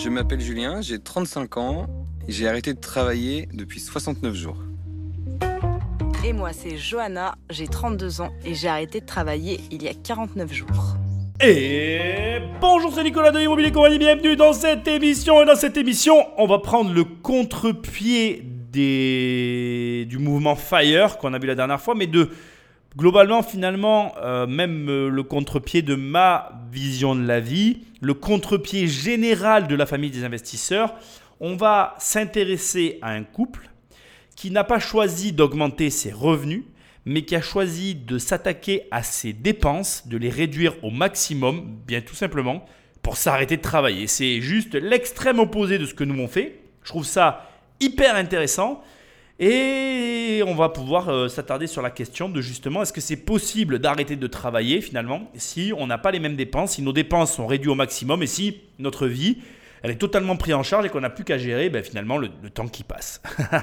Je m'appelle Julien, j'ai 35 ans et j'ai arrêté de travailler depuis 69 jours. Et moi, c'est Johanna, j'ai 32 ans et j'ai arrêté de travailler il y a 49 jours. Et bonjour, c'est Nicolas de Immobilier Compagnie, bienvenue dans cette émission. Et dans cette émission, on va prendre le contre-pied du mouvement FIRE qu'on a vu la dernière fois, mais globalement, finalement, même le contre-pied de ma vision de la vie, le contre-pied général de la famille des investisseurs. On va s'intéresser à un couple qui n'a pas choisi d'augmenter ses revenus, mais qui a choisi de s'attaquer à ses dépenses, de les réduire au maximum, bien tout simplement, pour s'arrêter de travailler. C'est juste l'extrême opposé de ce que nous on fait. Je trouve ça hyper intéressant. Et on va pouvoir s'attarder sur la question de justement, est-ce que c'est possible d'arrêter de travailler finalement si on n'a pas les mêmes dépenses, si nos dépenses sont réduites au maximum et si notre vie, elle est totalement prise en charge et qu'on n'a plus qu'à gérer finalement le temps qui passe.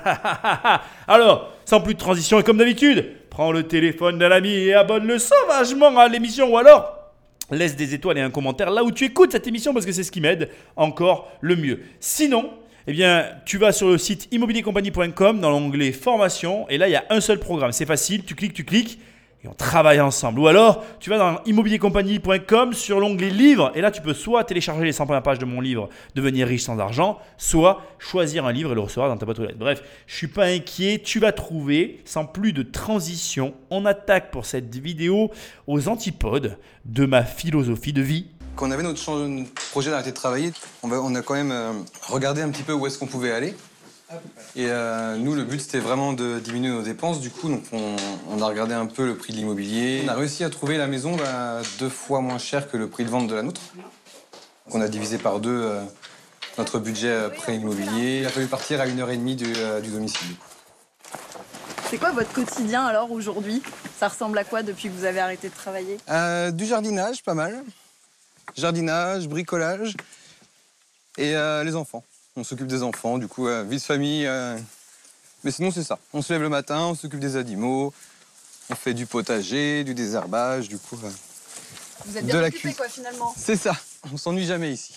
Alors, sans plus de transition et comme d'habitude, prends le téléphone d'un ami et abonne-le sauvagement à l'émission ou alors laisse des étoiles et un commentaire là où tu écoutes cette émission parce que c'est ce qui m'aide encore le mieux. Sinon, eh bien, tu vas sur le site immobiliercompagnie.com dans l'onglet formation et là, il y a un seul programme. C'est facile, tu cliques et on travaille ensemble. Ou alors, tu vas dans immobiliercompagnie.com sur l'onglet livres et là, tu peux soit télécharger les 100 premières pages de mon livre Devenir riche sans argent, soit choisir un livre et le recevoir dans ta boîte aux lettres. Bref, je ne suis pas inquiet, tu vas trouver, sans plus de transition, on attaque pour cette vidéo aux antipodes de ma philosophie de vie. Quand on avait notre projet d'arrêter de travailler, on a quand même regardé un petit peu où est-ce qu'on pouvait aller. Et nous, le but, c'était vraiment de diminuer nos dépenses. Du coup, donc, on a regardé un peu le prix de l'immobilier. On a réussi à trouver la maison 2 fois moins cher que le prix de vente de la nôtre. Donc, on a divisé par 2 notre budget pré-immobilier. Il a fallu partir à 1h30 du domicile. C'est quoi votre quotidien alors aujourd'hui? Ça ressemble à quoi depuis que vous avez arrêté de travailler? Du jardinage, pas mal. Jardinage, bricolage et les enfants. On s'occupe des enfants, du coup, vie de famille. Mais sinon, c'est ça. On se lève le matin, on s'occupe des animaux, on fait du potager, du désherbage, du coup. Vous êtes bien occupés, quoi, finalement. C'est ça. On s'ennuie jamais ici.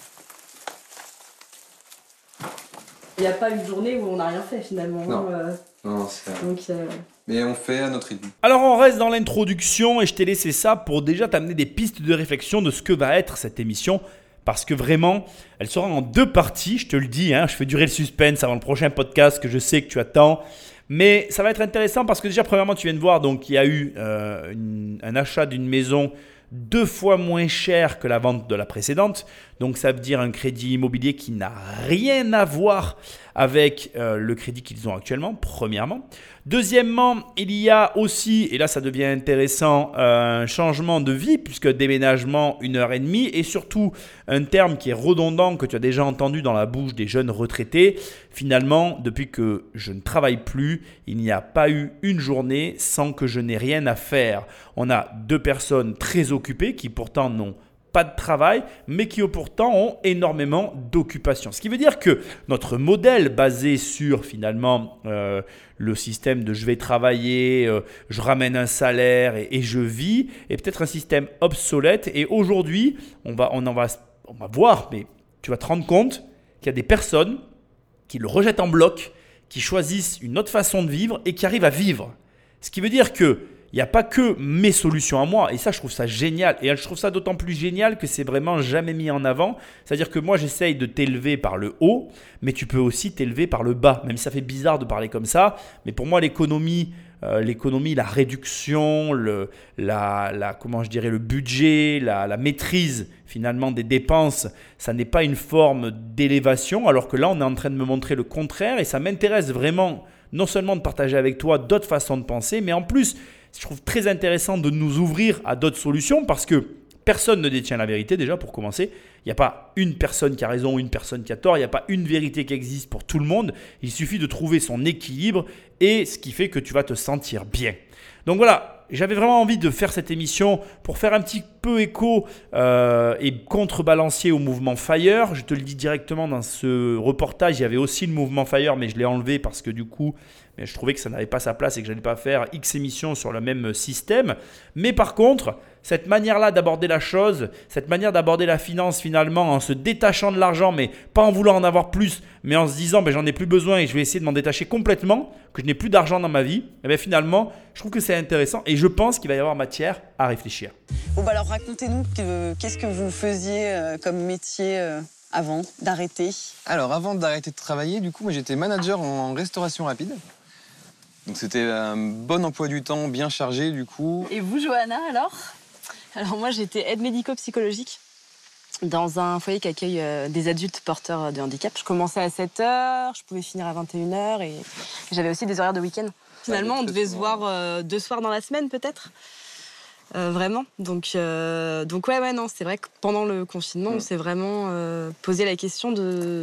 Il n'y a pas une journée où on n'a rien fait, finalement. Non, non c'est vrai. Donc, Mais on fait à notre rythme. Alors on reste dans l'introduction et je t'ai laissé ça pour déjà t'amener des pistes de réflexion de ce que va être cette émission. Parce que vraiment, elle sera en 2 parties, je te le dis, je fais durer le suspense avant le prochain podcast que je sais que tu attends. Mais ça va être intéressant parce que déjà, premièrement, tu viens de voir, donc il y a eu un achat d'une maison 2 fois moins cher que la vente de la précédente. Donc ça veut dire un crédit immobilier qui n'a rien à voir avec le crédit qu'ils ont actuellement, premièrement. Deuxièmement, il y a aussi, et là ça devient intéressant, un changement de vie puisque déménagement 1h30 et surtout un terme qui est redondant que tu as déjà entendu dans la bouche des jeunes retraités. Finalement, depuis que je ne travaille plus, il n'y a pas eu une journée sans que je n'ai rien à faire. On a 2 personnes très occupées qui pourtant n'ont pas de travail, mais qui pourtant ont énormément d'occupation. Ce qui veut dire que notre modèle basé sur finalement le système de je vais travailler, je ramène un salaire et je vis est peut-être un système obsolète. Et aujourd'hui, on va voir, mais tu vas te rendre compte qu'il y a des personnes qui le rejettent en bloc, qui choisissent une autre façon de vivre et qui arrivent à vivre. Ce qui veut dire que il n'y a pas que mes solutions à moi. Et ça, je trouve ça génial. Et je trouve ça d'autant plus génial que c'est vraiment jamais mis en avant. C'est-à-dire que moi, j'essaye de t'élever par le haut, mais tu peux aussi t'élever par le bas. Même si ça fait bizarre de parler comme ça. Mais pour moi, l'économie, la réduction, le budget, la maîtrise finalement des dépenses, ça n'est pas une forme d'élévation. Alors que là, on est en train de me montrer le contraire. Et ça m'intéresse vraiment non seulement de partager avec toi d'autres façons de penser, mais en plus, je trouve très intéressant de nous ouvrir à d'autres solutions parce que personne ne détient la vérité déjà pour commencer. Il n'y a pas une personne qui a raison ou une personne qui a tort. Il n'y a pas une vérité qui existe pour tout le monde. Il suffit de trouver son équilibre et ce qui fait que tu vas te sentir bien. Donc voilà, j'avais vraiment envie de faire cette émission pour faire un petit peu écho et contrebalancier au mouvement FIRE. Je te le dis directement dans ce reportage, il y avait aussi le mouvement FIRE, mais je l'ai enlevé parce que du coup, je trouvais que ça n'avait pas sa place et que je n'allais pas faire X émissions sur le même système. Mais par contre, cette manière-là d'aborder la chose, cette manière d'aborder la finance finalement en se détachant de l'argent, mais pas en voulant en avoir plus, mais en se disant j'en ai plus besoin et je vais essayer de m'en détacher complètement, que je n'ai plus d'argent dans ma vie, et bien finalement, je trouve que c'est intéressant et je pense qu'il va y avoir matière à réfléchir. Bon alors racontez-nous qu'est-ce que vous faisiez comme métier avant d'arrêter? Alors, avant d'arrêter de travailler, du coup, moi, j'étais manager en restauration rapide. Donc, c'était un bon emploi du temps, bien chargé, du coup. Et vous, Johanna, alors? Alors moi, j'étais aide médico-psychologique dans un foyer qui accueille des adultes porteurs de handicap. Je commençais à 7h, je pouvais finir à 21h et j'avais aussi des horaires de week-end. Finalement, on devait se voir 2 soirs dans la semaine, peut-être. Vraiment. Donc ouais, non, c'est vrai que pendant le confinement, on s'est vraiment posé la question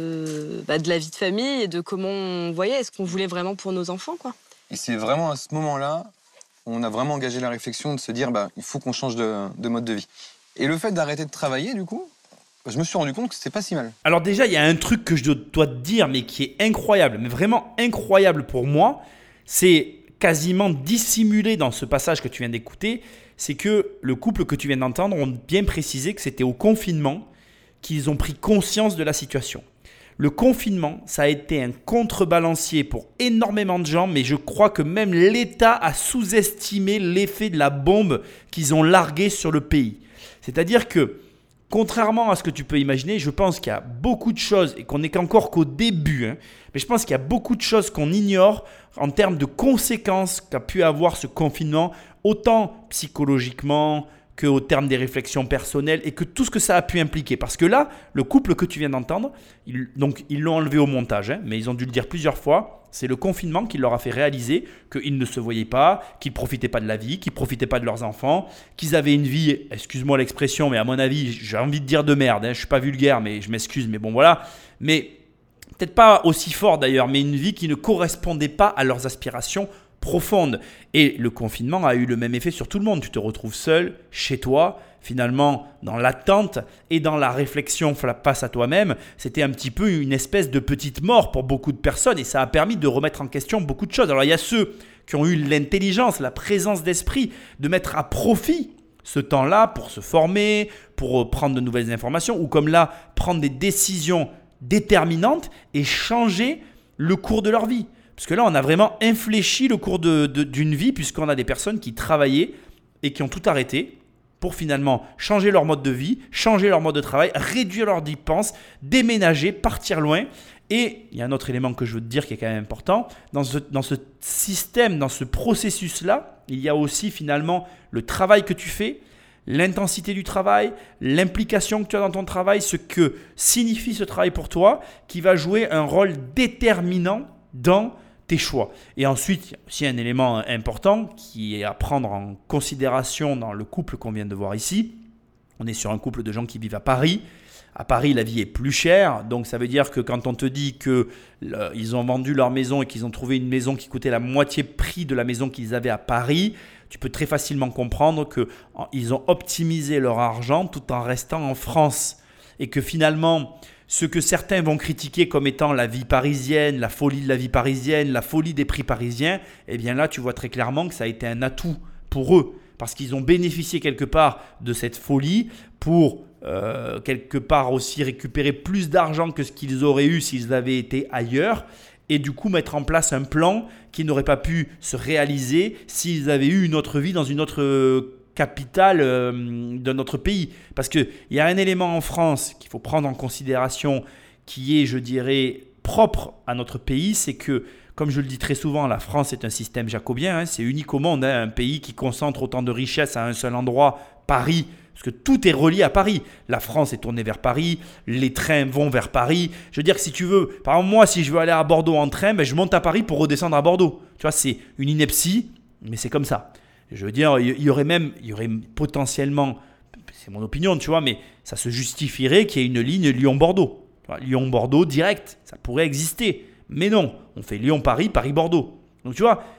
de la vie de famille et de comment on voyait, est-ce qu'on voulait vraiment pour nos enfants, quoi. Et c'est vraiment à ce moment-là, on a vraiment engagé la réflexion de se dire, il faut qu'on change de mode de vie. Et le fait d'arrêter de travailler, du coup, je me suis rendu compte que c'était pas si mal. Alors déjà, il y a un truc que je dois te dire, mais qui est incroyable, mais vraiment incroyable pour moi, c'est quasiment dissimulé dans ce passage que tu viens d'écouter, c'est que le couple que tu viens d'entendre ont bien précisé que c'était au confinement qu'ils ont pris conscience de la situation. Le confinement, ça a été un contrebalancier pour énormément de gens, mais je crois que même l'État a sous-estimé l'effet de la bombe qu'ils ont larguée sur le pays. C'est-à-dire que, contrairement à ce que tu peux imaginer, je pense qu'il y a beaucoup de choses, et qu'on n'est qu'encore qu'au début, mais je pense qu'il y a beaucoup de choses qu'on ignore en termes de conséquences qu'a pu avoir ce confinement, autant psychologiquement qu'au terme des réflexions personnelles et que tout ce que ça a pu impliquer. Parce que là, le couple que tu viens d'entendre, ils l'ont enlevé au montage, mais ils ont dû le dire plusieurs fois. C'est le confinement qui leur a fait réaliser qu'ils ne se voyaient pas, qu'ils ne profitaient pas de la vie, qu'ils ne profitaient pas de leurs enfants, qu'ils avaient une vie, excuse-moi l'expression, mais à mon avis, j'ai envie de dire de merde. Je ne suis pas vulgaire, mais je m'excuse, mais bon voilà. Mais peut-être pas aussi fort d'ailleurs, mais une vie qui ne correspondait pas à leurs aspirations profondes. Et le confinement a eu le même effet sur tout le monde. Tu te retrouves seul, chez toi, finalement dans l'attente et dans la réflexion face à toi-même. C'était un petit peu une espèce de petite mort pour beaucoup de personnes et ça a permis de remettre en question beaucoup de choses. Alors il y a ceux qui ont eu l'intelligence, la présence d'esprit de mettre à profit ce temps-là pour se former, pour prendre de nouvelles informations ou comme là, prendre des décisions déterminantes et changer le cours de leur vie. Parce que là, on a vraiment infléchi le cours d'une vie puisqu'on a des personnes qui travaillaient et qui ont tout arrêté pour finalement changer leur mode de vie, changer leur mode de travail, réduire leurs dépenses, déménager, partir loin. Et il y a un autre élément que je veux te dire qui est quand même important. Dans ce système, dans ce processus-là, il y a aussi finalement le travail que tu fais, l'intensité du travail, l'implication que tu as dans ton travail, ce que signifie ce travail pour toi, qui va jouer un rôle déterminant dans tes choix. Et ensuite, il y a aussi un élément important qui est à prendre en considération dans le couple qu'on vient de voir ici. On est sur un couple de gens qui vivent à Paris. À Paris, la vie est plus chère. Donc, ça veut dire que quand on te dit qu'ils ont vendu leur maison et qu'ils ont trouvé une maison qui coûtait la moitié prix de la maison qu'ils avaient à Paris, tu peux très facilement comprendre qu'ils ont optimisé leur argent tout en restant en France. Et que finalement, ce que certains vont critiquer comme étant la vie parisienne, la folie de la vie parisienne, la folie des prix parisiens, eh bien là, tu vois très clairement que ça a été un atout pour eux. Parce qu'ils ont bénéficié quelque part de cette folie pour quelque part aussi récupérer plus d'argent que ce qu'ils auraient eu s'ils avaient été ailleurs. Et du coup, mettre en place un plan qui n'aurait pas pu se réaliser s'ils avaient eu une autre vie dans une autre capitale de notre pays. Parce qu'il y a un élément en France qu'il faut prendre en considération qui est, je dirais, propre à notre pays, c'est que, comme je le dis très souvent, la France est un système jacobien, c'est unique au monde, un pays qui concentre autant de richesses à un seul endroit, Paris, parce que tout est relié à Paris. La France est tournée vers Paris, les trains vont vers Paris. Je veux dire que si tu veux, par exemple moi, si je veux aller à Bordeaux en train, je monte à Paris pour redescendre à Bordeaux. Tu vois, c'est une ineptie, mais c'est comme ça. Je veux dire, il y aurait potentiellement, c'est mon opinion, tu vois, mais ça se justifierait qu'il y ait une ligne Lyon-Bordeaux. Lyon-Bordeaux direct, ça pourrait exister. Mais non, on fait Lyon-Paris, Paris-Bordeaux. Donc tu vois,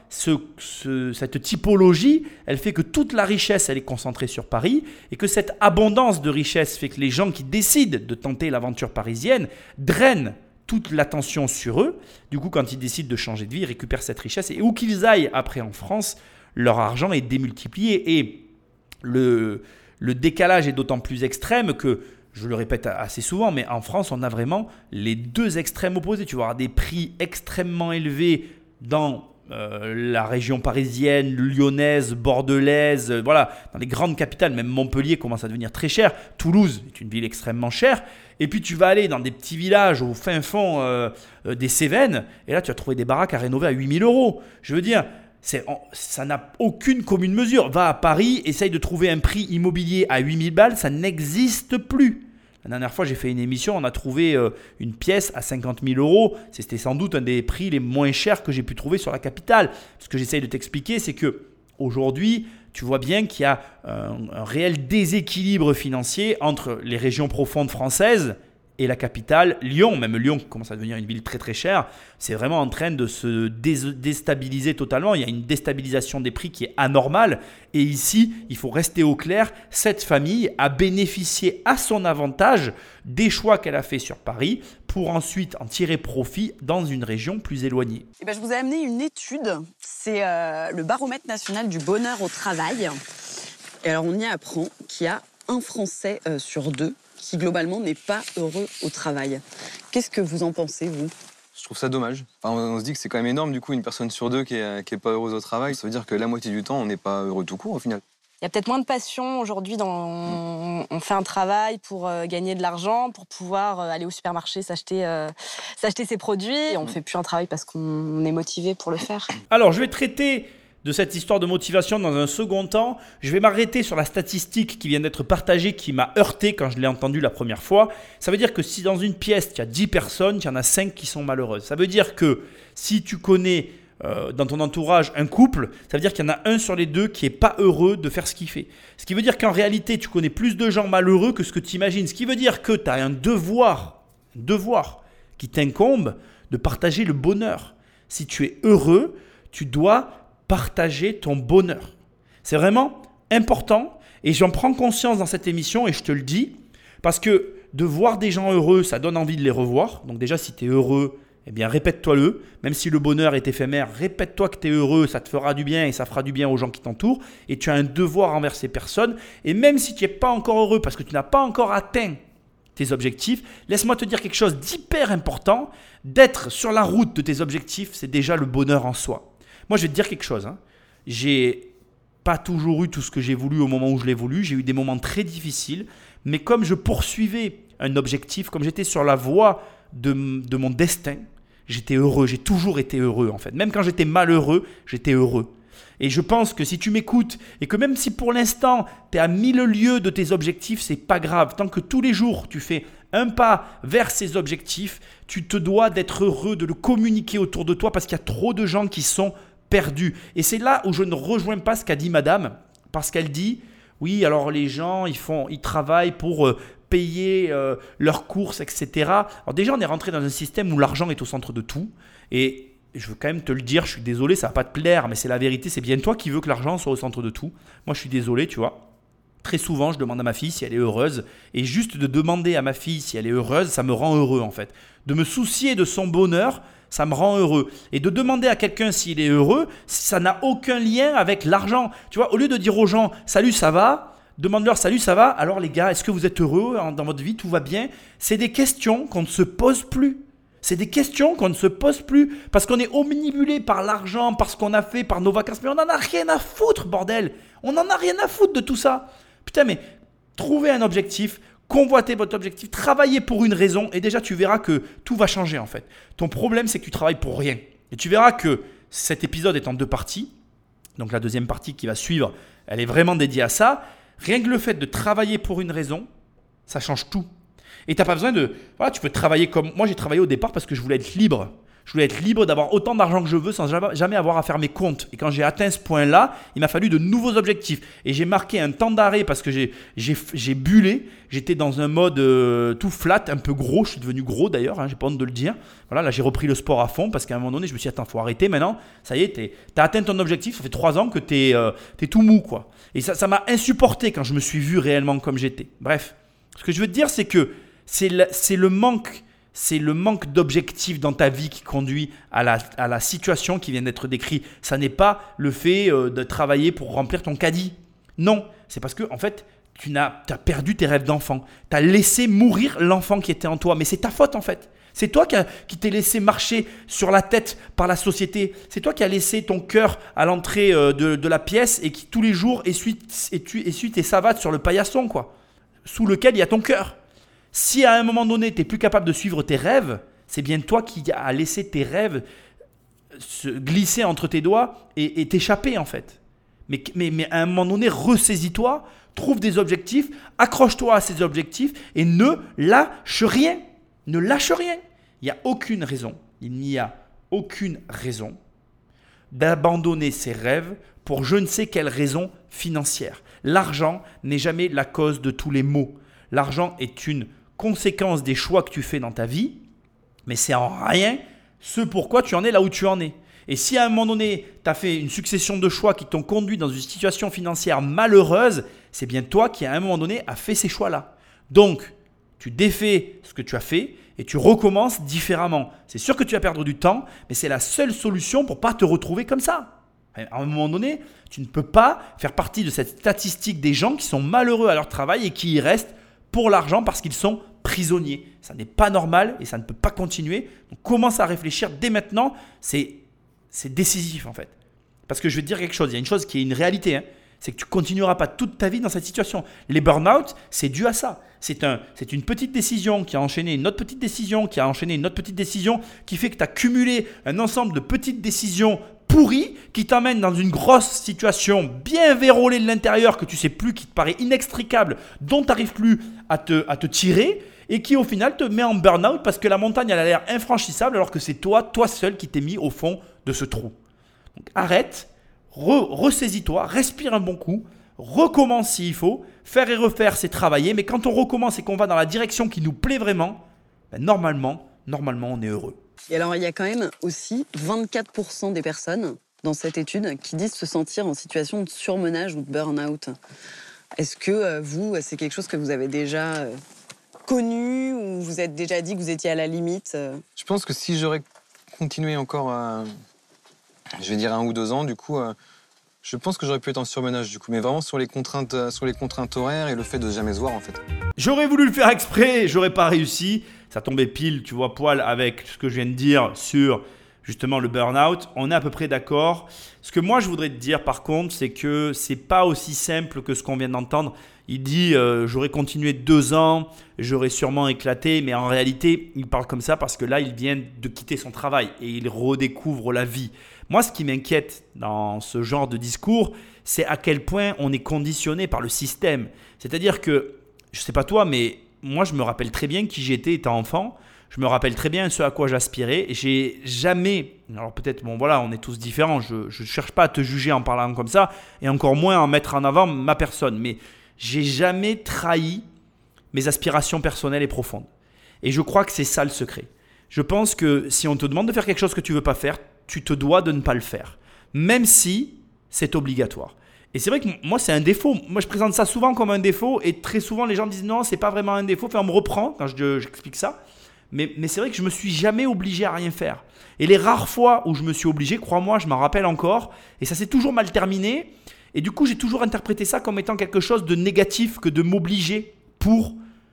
cette typologie, elle fait que toute la richesse, elle est concentrée sur Paris et que cette abondance de richesse fait que les gens qui décident de tenter l'aventure parisienne drainent toute l'attention sur eux. Du coup, quand ils décident de changer de vie, ils récupèrent cette richesse et où qu'ils aillent après en France, leur argent est démultiplié. Et le décalage est d'autant plus extrême que, je le répète assez souvent, mais en France, on a vraiment les deux extrêmes opposés. Tu vas avoir des prix extrêmement élevés dans la région parisienne, lyonnaise, bordelaise, voilà, dans les grandes capitales, même Montpellier commence à devenir très cher. Toulouse est une ville extrêmement chère. Et puis tu vas aller dans des petits villages au fin fond des Cévennes, et là tu vas trouver des baraques à rénover à 8 000 €. Je veux dire, ça n'a aucune commune mesure. Va à Paris, essaye de trouver un prix immobilier à 8 000 balles, ça n'existe plus. La dernière fois, j'ai fait une émission, on a trouvé une pièce à 50 000 €. C'était sans doute un des prix les moins chers que j'ai pu trouver sur la capitale. Ce que j'essaye de t'expliquer, c'est que aujourd'hui, tu vois bien qu'il y a un réel déséquilibre financier entre les régions profondes françaises et la capitale, Lyon. Même Lyon commence à devenir une ville très très chère. C'est vraiment en train de se déstabiliser totalement. Il y a une déstabilisation des prix qui est anormale. Et ici, il faut rester au clair. Cette famille a bénéficié à son avantage des choix qu'elle a fait sur Paris pour ensuite en tirer profit dans une région plus éloignée. Eh ben, je vous ai amené une étude. C'est le baromètre national du bonheur au travail. Et alors, on y apprend qu'il y a un Français sur deux qui globalement n'est pas heureux au travail. Qu'est-ce que vous en pensez, vous ? Je trouve ça dommage. Enfin, on se dit que c'est quand même énorme, du coup, une personne sur deux qui est pas heureuse au travail. Ça veut dire que la moitié du temps, on n'est pas heureux tout court, au final. Il y a peut-être moins de passion aujourd'hui. On fait un travail pour gagner de l'argent, pour pouvoir aller au supermarché, s'acheter ses produits. Et on ne fait plus un travail parce qu'on est motivé pour le faire. Alors, je vais traiter de cette histoire de motivation dans un second temps. Je vais m'arrêter sur la statistique qui vient d'être partagée, qui m'a heurté quand je l'ai entendue la première fois. Ça veut dire que si dans une pièce, il y a 10 personnes, il y en a 5 qui sont malheureuses. Ça veut dire que si tu connais dans ton entourage un couple, ça veut dire qu'il y en a un sur les deux qui n'est pas heureux de faire ce qu'il fait. Ce qui veut dire qu'en réalité, tu connais plus de gens malheureux que ce que tu imagines. Ce qui veut dire que tu as un devoir qui t'incombe de partager le bonheur. Si tu es heureux, tu dois partager ton bonheur. C'est vraiment important et j'en prends conscience dans cette émission et je te le dis parce que de voir des gens heureux, ça donne envie de les revoir. Donc déjà, si tu es heureux, eh bien répète-toi-le. Même si le bonheur est éphémère, répète-toi que tu es heureux, ça te fera du bien et ça fera du bien aux gens qui t'entourent. Et tu as un devoir envers ces personnes. Et même si tu n'es pas encore heureux parce que tu n'as pas encore atteint tes objectifs, laisse-moi te dire quelque chose d'hyper important. D'être sur la route de tes objectifs, c'est déjà le bonheur en soi. Moi, je vais te dire quelque chose. J'ai pas toujours eu tout ce que j'ai voulu au moment où je l'ai voulu. J'ai eu des moments très difficiles. Mais comme je poursuivais un objectif, comme j'étais sur la voie de mon destin, j'étais heureux. J'ai toujours été heureux en fait. Même quand j'étais malheureux, j'étais heureux. Et je pense que si tu m'écoutes et que même si pour l'instant, tu es à 1000 lieues de tes objectifs, c'est pas grave. Tant que tous les jours, tu fais un pas vers ces objectifs, tu te dois d'être heureux, de le communiquer autour de toi parce qu'il y a trop de gens qui sont perdus. Et c'est là où je ne rejoins pas ce qu'a dit madame, parce qu'elle dit, oui, alors les gens, ils travaillent pour payer leurs courses, etc. Alors déjà, on est rentré dans un système où l'argent est au centre de tout. Et je veux quand même te le dire, je suis désolé, ça ne va pas te plaire, mais c'est la vérité, c'est bien toi qui veux que l'argent soit au centre de tout. Moi, je suis désolé, tu vois. Très souvent, je demande à ma fille si elle est heureuse. Et juste de demander à ma fille si elle est heureuse, ça me rend heureux en fait. De me soucier de son bonheur, ça me rend heureux. Et de demander à quelqu'un s'il est heureux, ça n'a aucun lien avec l'argent. Tu vois, au lieu de dire aux gens « Salut, ça va ?» Demande-leur « Salut, ça va ?» Alors les gars, est-ce que vous êtes heureux dans votre vie? Tout va bien? C'est des questions qu'on ne se pose plus. C'est des questions qu'on ne se pose plus parce qu'on est omnibulé par l'argent, par ce qu'on a fait, par nos vacances. Mais on n'en a rien à foutre, bordel. On n'en a rien à foutre de tout ça. Putain, mais trouvez un objectif, convoitez votre objectif, travaillez pour une raison et déjà tu verras que tout va changer en fait. Ton problème, c'est que tu travailles pour rien. Et tu verras que cet épisode est en 2 parties. Donc la deuxième partie qui va suivre, elle est vraiment dédiée à ça. Rien que le fait de travailler pour une raison, ça change tout. Et tu n'as pas besoin de… Voilà, tu peux travailler comme… Moi, j'ai travaillé au départ parce que je voulais être libre. Je voulais être libre d'avoir autant d'argent que je veux sans jamais avoir à faire mes comptes. Et quand j'ai atteint ce point-là, il m'a fallu de nouveaux objectifs. Et j'ai marqué un temps d'arrêt parce que j'ai bullé. J'étais dans un mode tout flat, un peu gros. Je suis devenu gros d'ailleurs, j'ai pas honte de le dire. Voilà, là, j'ai repris le sport à fond parce qu'à un moment donné, je me suis dit, attends, faut arrêter maintenant. Ça y est, tu as atteint ton objectif. Ça fait 3 ans que tu es tout mou, quoi. Et ça m'a insupporté quand je me suis vu réellement comme j'étais. Bref, ce que je veux te dire, c'est que c'est le manque d'objectifs dans ta vie qui conduit à la situation qui vient d'être décrite. Ça n'est pas le fait de travailler pour remplir ton caddie. Non, c'est parce que en fait, tu as perdu tes rêves d'enfant. Tu as laissé mourir l'enfant qui était en toi. Mais c'est ta faute en fait. C'est toi qui t'es laissé marcher sur la tête par la société. C'est toi qui as laissé ton cœur à l'entrée de la pièce et qui tous les jours essuie tes savates sur le paillasson, quoi, sous lequel il y a ton cœur. Si à un moment donné, tu n'es plus capable de suivre tes rêves, c'est bien toi qui as laissé tes rêves se glisser entre tes doigts et t'échapper en fait. Mais à un moment donné, ressaisis-toi, trouve des objectifs, accroche-toi à ces objectifs et ne lâche rien. Ne lâche rien. Il n'y a aucune raison d'abandonner ses rêves pour je ne sais quelle raison financière. L'argent n'est jamais la cause de tous les maux. L'argent est une conséquence des choix que tu fais dans ta vie, mais c'est en rien ce pourquoi tu en es là où tu en es. Et si à un moment donné, tu as fait une succession de choix qui t'ont conduit dans une situation financière malheureuse, c'est bien toi qui à un moment donné a fait ces choix-là. Donc, tu défais ce que tu as fait et tu recommences différemment. C'est sûr que tu vas perdre du temps, mais c'est la seule solution pour ne pas te retrouver comme ça. À un moment donné, tu ne peux pas faire partie de cette statistique des gens qui sont malheureux à leur travail et qui y restent pour l'argent parce qu'ils sont prisonniers. Ça n'est pas normal et ça ne peut pas continuer. Donc commence à réfléchir dès maintenant. C'est décisif en fait. Parce que je vais te dire quelque chose. Il y a une chose qui est une réalité. C'est que tu ne continueras pas toute ta vie dans cette situation. Les burn-out, c'est dû à ça. C'est une petite décision qui a enchaîné une autre petite décision, qui a enchaîné une autre petite décision, qui fait que tu as cumulé un ensemble de petites décisions pourries qui t'emmènent dans une grosse situation bien vérolée de l'intérieur que tu ne sais plus, qui te paraît inextricable, dont tu n'arrives plus à te tirer et qui au final te met en burn-out parce que la montagne elle a l'air infranchissable alors que c'est toi seul qui t'es mis au fond de ce trou. Donc arrête. Ressaisis-toi, respire un bon coup, recommence s'il faut. Faire et refaire, c'est travailler. Mais quand on recommence et qu'on va dans la direction qui nous plaît vraiment, normalement, on est heureux. Et alors, il y a quand même aussi 24% des personnes dans cette étude qui disent se sentir en situation de surmenage ou de burn-out. Est-ce que vous, c'est quelque chose que vous avez déjà connu ou vous êtes déjà dit que vous étiez à la limite Je pense que si j'aurais continué encore je vais dire 1 ou 2 ans, du coup, je pense que j'aurais pu être en surmenage, du coup, mais vraiment sur les contraintes horaires et le fait de jamais se voir, en fait. J'aurais voulu le faire exprès, j'aurais pas réussi. Ça tombait pile, tu vois, poil avec ce que je viens de dire sur justement le burn-out. On est à peu près d'accord. Ce que moi, je voudrais te dire, par contre, c'est que c'est pas aussi simple que ce qu'on vient d'entendre. Il dit j'aurais continué 2 ans, j'aurais sûrement éclaté, mais en réalité, il parle comme ça parce que là, il vient de quitter son travail et il redécouvre la vie. Moi, ce qui m'inquiète dans ce genre de discours, c'est à quel point on est conditionné par le système. C'est-à-dire que, je ne sais pas toi, mais moi, je me rappelle très bien qui j'étais étant enfant. Je me rappelle très bien ce à quoi j'aspirais. J'ai jamais, alors peut-être, bon voilà, on est tous différents. Je ne cherche pas à te juger en parlant comme ça et encore moins à mettre en avant ma personne. Mais j'ai jamais trahi mes aspirations personnelles et profondes. Et je crois que c'est ça le secret. Je pense que si on te demande de faire quelque chose que tu ne veux pas faire, tu te dois de ne pas le faire, même si c'est obligatoire. Et c'est vrai que moi, c'est un défaut. Moi, je présente ça souvent comme un défaut et très souvent, les gens me disent non, c'est pas vraiment un défaut. Enfin, on me reprend quand j'explique ça. Mais c'est vrai que je me suis jamais obligé à rien faire. Et les rares fois où je me suis obligé, crois-moi, je m'en rappelle encore. Et ça s'est toujours mal terminé. Et du coup, j'ai toujours interprété ça comme étant quelque chose de négatif que de m'obliger pour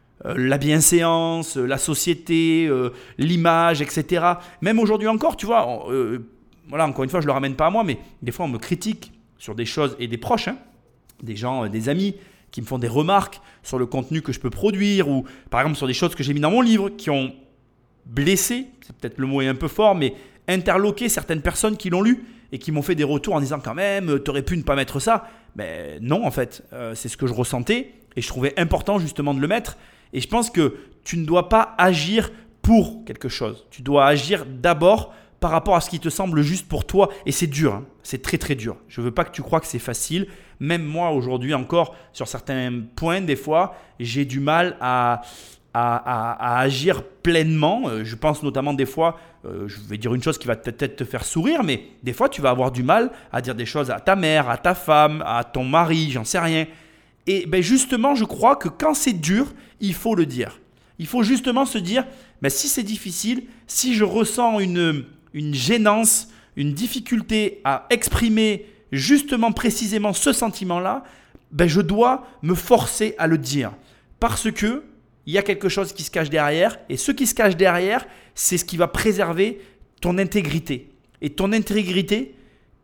la bienséance, la société, l'image, etc. Même aujourd'hui encore, tu vois, voilà, encore une fois, je ne le ramène pas à moi, mais des fois, on me critique sur des choses et des proches, des gens, des amis qui me font des remarques sur le contenu que je peux produire ou par exemple sur des choses que j'ai mis dans mon livre qui ont blessé, c'est peut-être le mot est un peu fort, mais interloqué certaines personnes qui l'ont lu et qui m'ont fait des retours en disant quand même, tu aurais pu ne pas mettre ça. Mais non, en fait, c'est ce que je ressentais et je trouvais important justement de le mettre. Et je pense que tu ne dois pas agir pour quelque chose. Tu dois agir d'abord par rapport à ce qui te semble juste pour toi. Et c'est dur, c'est très très dur. Je ne veux pas que tu crois que c'est facile. Même moi aujourd'hui encore, sur certains points, des fois, j'ai du mal à agir pleinement. Je pense notamment des fois, je vais dire une chose qui va peut-être te faire sourire, mais des fois tu vas avoir du mal à dire des choses à ta mère, à ta femme, à ton mari, j'en sais rien. Et ben justement, je crois que quand c'est dur, il faut le dire. Il faut justement se dire, ben si c'est difficile, si je ressens une gênance, une difficulté à exprimer justement précisément ce sentiment-là, je dois me forcer à le dire. Parce que il y a quelque chose qui se cache derrière. Et ce qui se cache derrière, c'est ce qui va préserver ton intégrité. Et ton intégrité,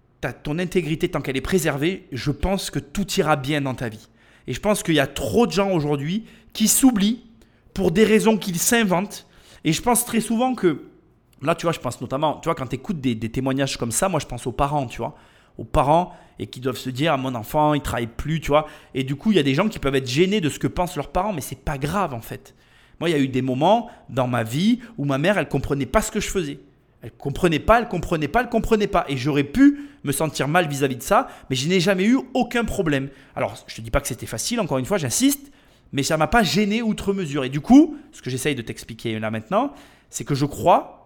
tant qu'elle est préservée, je pense que tout ira bien dans ta vie. Et je pense qu'il y a trop de gens aujourd'hui qui s'oublient pour des raisons qu'ils s'inventent. Et je pense très souvent que, là tu vois, je pense notamment, tu vois, quand tu écoutes des témoignages comme ça, moi je pense aux parents, tu vois. Aux parents et qui doivent se dire, mon enfant, il ne travaille plus, tu vois. Et du coup, il y a des gens qui peuvent être gênés de ce que pensent leurs parents, mais ce n'est pas grave en fait. Moi, il y a eu des moments dans ma vie où ma mère, elle ne comprenait pas ce que je faisais. Elle ne comprenait pas. Et j'aurais pu me sentir mal vis-à-vis de ça, mais je n'ai jamais eu aucun problème. Alors, je ne te dis pas que c'était facile, encore une fois, j'insiste, mais ça ne m'a pas gêné outre mesure. Et du coup, ce que j'essaye de t'expliquer là maintenant, c'est que je crois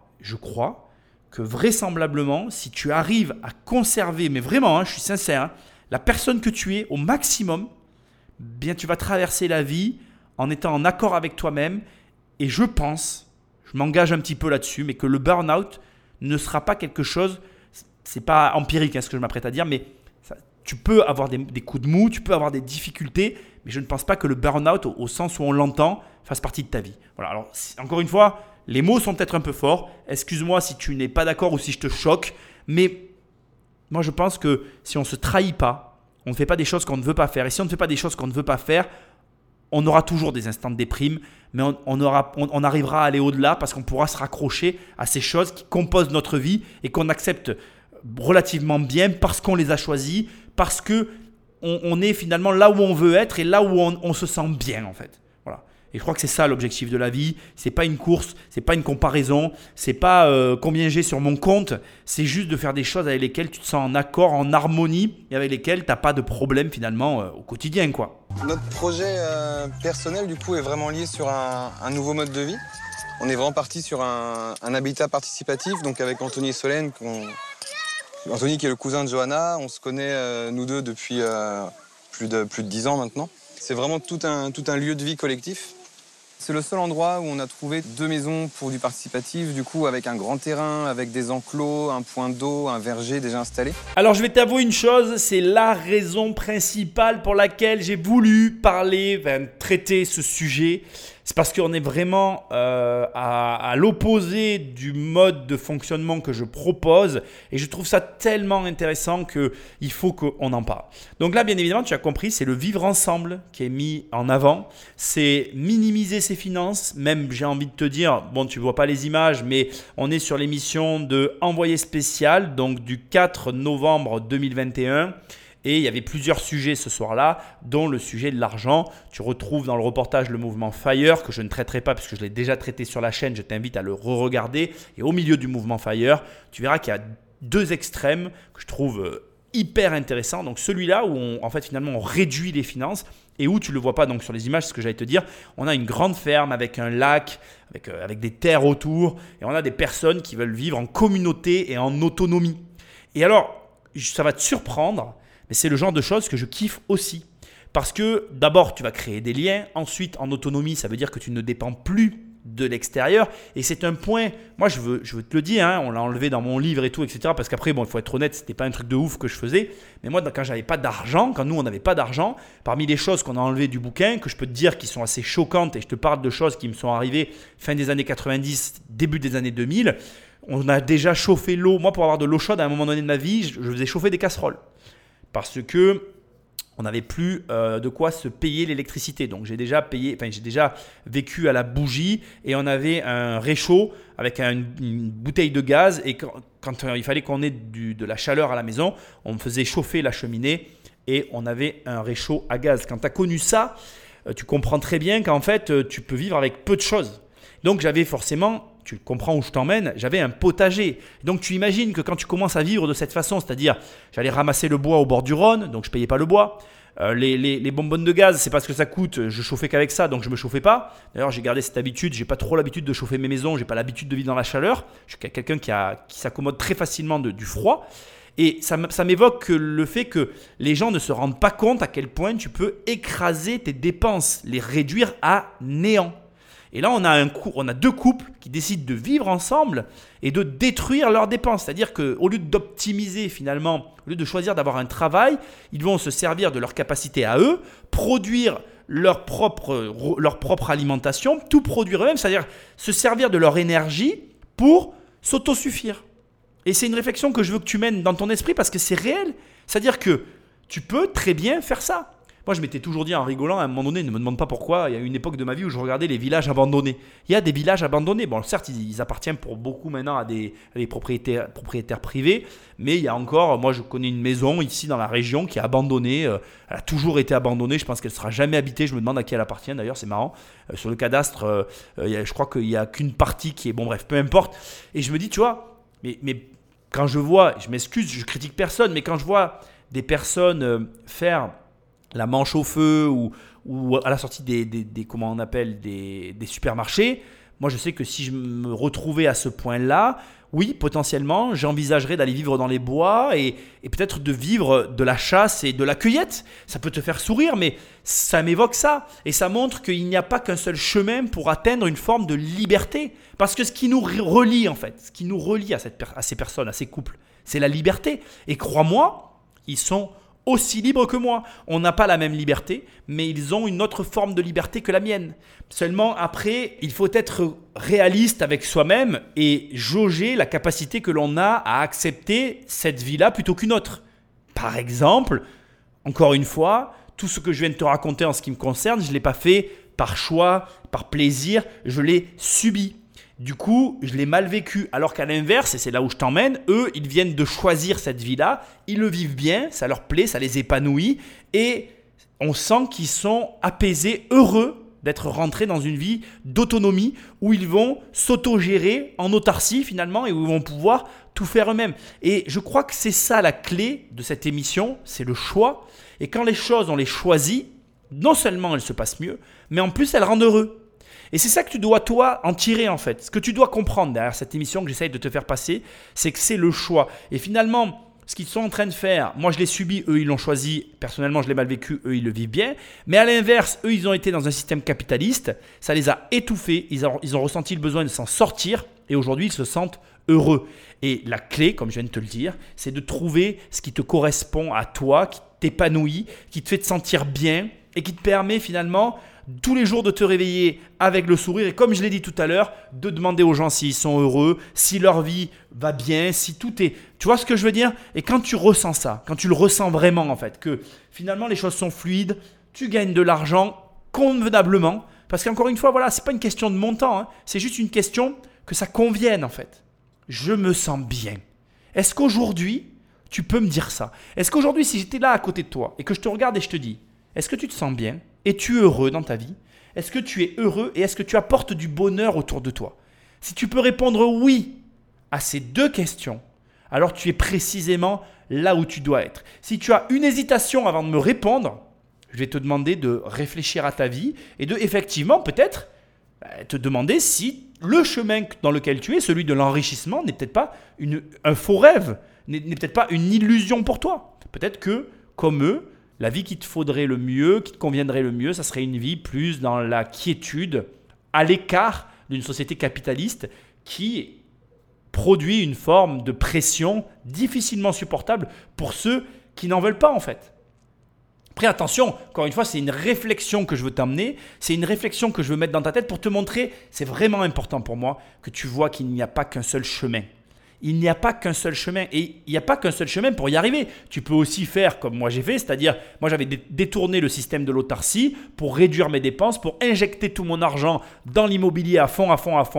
que vraisemblablement, si tu arrives à conserver, mais vraiment, je suis sincère, la personne que tu es au maximum, bien tu vas traverser la vie en étant en accord avec toi-même. Et je pense, je m'engage un petit peu là-dessus, mais que le burn-out ne sera pas quelque chose, c'est pas empirique ce que je m'apprête à dire, mais tu peux avoir des coups de mou, tu peux avoir des difficultés, mais je ne pense pas que le burn-out, au sens où on l'entend, fasse partie de ta vie. Voilà. Alors, encore une fois, les mots sont peut-être un peu forts. Excuse-moi si tu n'es pas d'accord ou si je te choque, mais moi je pense que si on ne se trahit pas, on ne fait pas des choses qu'on ne veut pas faire. Et si on ne fait pas des choses qu'on ne veut pas faire, on aura toujours des instants de déprime, mais on arrivera à aller au-delà parce qu'on pourra se raccrocher à ces choses qui composent notre vie et qu'on accepte relativement bien parce qu'on les a choisies, parce qu'on est finalement là où on veut être et là où on se sent bien en fait. Voilà. Et je crois que c'est ça l'objectif de la vie. C'est pas une course, c'est pas une comparaison, c'est pas combien j'ai sur mon compte. C'est juste de faire des choses avec lesquelles tu te sens en accord, en harmonie et avec lesquelles tu n'as pas de problème finalement au quotidien, quoi. Notre projet personnel du coup est vraiment lié sur un nouveau mode de vie. On est vraiment parti sur un habitat participatif, donc avec Anthony et Solène. Anthony qui est le cousin de Johanna, on se connaît nous deux depuis plus de 10 ans maintenant. C'est vraiment tout un lieu de vie collectif. C'est le seul endroit où on a trouvé 2 maisons pour du participatif, du coup avec un grand terrain, avec des enclos, un point d'eau, un verger déjà installé. Alors je vais t'avouer une chose, c'est la raison principale pour laquelle j'ai voulu traiter ce sujet. C'est parce qu'on est vraiment à l'opposé du mode de fonctionnement que je propose et je trouve ça tellement intéressant qu'il faut qu'on en parle. Donc là, bien évidemment, tu as compris, c'est le vivre ensemble qui est mis en avant. C'est minimiser ses finances, même j'ai envie de te dire, bon, tu ne vois pas les images, mais on est sur l'émission de Envoyé spécial, donc du 4 novembre 2021. Et il y avait plusieurs sujets ce soir-là, dont le sujet de l'argent. Tu retrouves dans le reportage le mouvement FIRE, que je ne traiterai pas puisque je l'ai déjà traité sur la chaîne. Je t'invite à le re-regarder. Et au milieu du mouvement FIRE, tu verras qu'il y a 2 extrêmes que je trouve hyper intéressants. Donc celui-là où on réduit les finances et où tu ne le vois pas donc sur les images, c'est ce que j'allais te dire. On a une grande ferme avec un lac, avec des terres autour. Et on a des personnes qui veulent vivre en communauté et en autonomie. Et alors, ça va te surprendre. Mais c'est le genre de choses que je kiffe aussi. Parce que d'abord, tu vas créer des liens. Ensuite, en autonomie, ça veut dire que tu ne dépends plus de l'extérieur. Et c'est un point, moi je veux te le dire, on l'a enlevé dans mon livre et tout, etc. Parce qu'après, il faut être honnête, ce n'était pas un truc de ouf que je faisais. Mais moi, quand j'avais pas d'argent, quand nous, on n'avait pas d'argent, parmi les choses qu'on a enlevées du bouquin, que je peux te dire qui sont assez choquantes, et je te parle de choses qui me sont arrivées fin des années 90, début des années 2000, on a déjà chauffé l'eau. Moi, pour avoir de l'eau chaude, à un moment donné de ma vie, je faisais chauffer des casseroles. Parce que on n'avait plus de quoi se payer l'électricité. Donc j'ai déjà vécu à la bougie et on avait un réchaud avec une bouteille de gaz. Et quand il fallait qu'on ait de la chaleur à la maison, on faisait chauffer la cheminée et on avait un réchaud à gaz. Quand tu as connu ça, tu comprends très bien qu'en fait, tu peux vivre avec peu de choses. Donc j'avais forcément... Tu comprends où je t'emmène, j'avais un potager. Donc tu imagines que quand tu commences à vivre de cette façon, c'est-à-dire j'allais ramasser le bois au bord du Rhône, donc je ne payais pas le bois. Les bonbonnes de gaz, c'est parce que ça coûte, je chauffais qu'avec ça, donc je ne me chauffais pas. D'ailleurs, j'ai gardé cette habitude, je n'ai pas trop l'habitude de chauffer mes maisons, je n'ai pas l'habitude de vivre dans la chaleur. Je suis quelqu'un qui s'accommode très facilement du froid. Et ça m'évoque le fait que les gens ne se rendent pas compte à quel point tu peux écraser tes dépenses, les réduire à néant. Et là, on a deux couples qui décident de vivre ensemble et de détruire leurs dépenses. C'est-à-dire qu'au lieu d'optimiser finalement, au lieu de choisir d'avoir un travail, ils vont se servir de leur capacité à eux, produire leur propre alimentation, tout produire eux-mêmes, c'est-à-dire se servir de leur énergie pour s'autosuffire. Et c'est une réflexion que je veux que tu mènes dans ton esprit parce que c'est réel. C'est-à-dire que tu peux très bien faire ça. Moi, je m'étais toujours dit en rigolant, à un moment donné, ne me demande pas pourquoi, il y a eu une époque de ma vie où je regardais les villages abandonnés. Il y a des villages abandonnés. Bon, certes, ils appartiennent pour beaucoup maintenant à des propriétaires privés, mais il y a encore, moi je connais une maison ici dans la région qui est abandonnée. Elle a toujours été abandonnée, je pense qu'elle ne sera jamais habitée. Je me demande à qui elle appartient d'ailleurs, c'est marrant. Sur le cadastre, je crois qu'il n'y a qu'une partie qui est, bon bref, peu importe. Et je me dis, tu vois, mais quand je vois, je m'excuse, je critique personne, mais quand je vois des personnes faire la manche au feu ou à la sortie des comment on appelle, des supermarchés, moi je sais que si je me retrouvais à ce point-là, oui, potentiellement, j'envisagerais d'aller vivre dans les bois et peut-être de vivre de la chasse et de la cueillette. Ça peut te faire sourire, mais ça m'évoque ça. Et ça montre qu'il n'y a pas qu'un seul chemin pour atteindre une forme de liberté. Parce que ce qui nous relie en fait, ce qui nous relie à ces personnes, à ces couples, c'est la liberté. Et crois-moi, ils sont aussi libres que moi. On n'a pas la même liberté, mais ils ont une autre forme de liberté que la mienne. Seulement, après, il faut être réaliste avec soi-même et jauger la capacité que l'on a à accepter cette vie-là plutôt qu'une autre. Par exemple, encore une fois, tout ce que je viens de te raconter en ce qui me concerne, je ne l'ai pas fait par choix, par plaisir, je l'ai subi. Du coup, je l'ai mal vécu. Alors qu'à l'inverse, et c'est là où je t'emmène, eux, ils viennent de choisir cette vie-là. Ils le vivent bien, ça leur plaît, ça les épanouit. Et on sent qu'ils sont apaisés, heureux d'être rentrés dans une vie d'autonomie où ils vont s'autogérer en autarcie finalement et où ils vont pouvoir tout faire eux-mêmes. Et je crois que c'est ça la clé de cette émission, c'est le choix. Et quand les choses, on les choisit, non seulement elles se passent mieux, mais en plus elles rendent heureux. Et c'est ça que tu dois, toi, en tirer en fait. Ce que tu dois comprendre derrière cette émission que j'essaye de te faire passer, c'est que c'est le choix. Et finalement, ce qu'ils sont en train de faire, moi je l'ai subi, eux ils l'ont choisi, personnellement je l'ai mal vécu, eux ils le vivent bien. Mais à l'inverse, eux ils ont été dans un système capitaliste, ça les a étouffés, ils ont ressenti le besoin de s'en sortir et aujourd'hui ils se sentent heureux. Et la clé, comme je viens de te le dire, c'est de trouver ce qui te correspond à toi, qui t'épanouit, qui te fait te sentir bien et qui te permet finalement tous les jours de te réveiller avec le sourire et comme je l'ai dit tout à l'heure, de demander aux gens s'ils sont heureux, si leur vie va bien, si tout est… Tu vois ce que je veux dire ? Et quand tu ressens ça, quand tu le ressens vraiment en fait, que finalement les choses sont fluides, tu gagnes de l'argent convenablement parce qu'encore une fois, voilà, ce n'est pas une question de montant, hein, c'est juste une question que ça convienne en fait. Je me sens bien. Est-ce qu'aujourd'hui, tu peux me dire ça ? Est-ce qu'aujourd'hui, si j'étais là à côté de toi et que je te regarde et je te dis, est-ce que tu te sens bien ? Es-tu heureux dans ta vie ? Est-ce que tu es heureux et est-ce que tu apportes du bonheur autour de toi ? Si tu peux répondre oui à ces deux questions, alors tu es précisément là où tu dois être. Si tu as une hésitation avant de me répondre, je vais te demander de réfléchir à ta vie et de effectivement peut-être te demander si le chemin dans lequel tu es, celui de l'enrichissement, n'est peut-être pas un faux rêve, n'est peut-être pas une illusion pour toi. Peut-être que, comme eux, la vie qui te faudrait le mieux, qui te conviendrait le mieux, ça serait une vie plus dans la quiétude, à l'écart d'une société capitaliste qui produit une forme de pression difficilement supportable pour ceux qui n'en veulent pas en fait. Après attention, encore une fois, c'est une réflexion que je veux t'amener, c'est une réflexion que je veux mettre dans ta tête pour te montrer, c'est vraiment important pour moi que tu vois qu'il n'y a pas qu'un seul chemin. Il n'y a pas qu'un seul chemin et il n'y a pas qu'un seul chemin pour y arriver. Tu peux aussi faire comme moi j'ai fait, c'est-à-dire moi j'avais détourné le système de l'autarcie pour réduire mes dépenses, pour injecter tout mon argent dans l'immobilier à fond,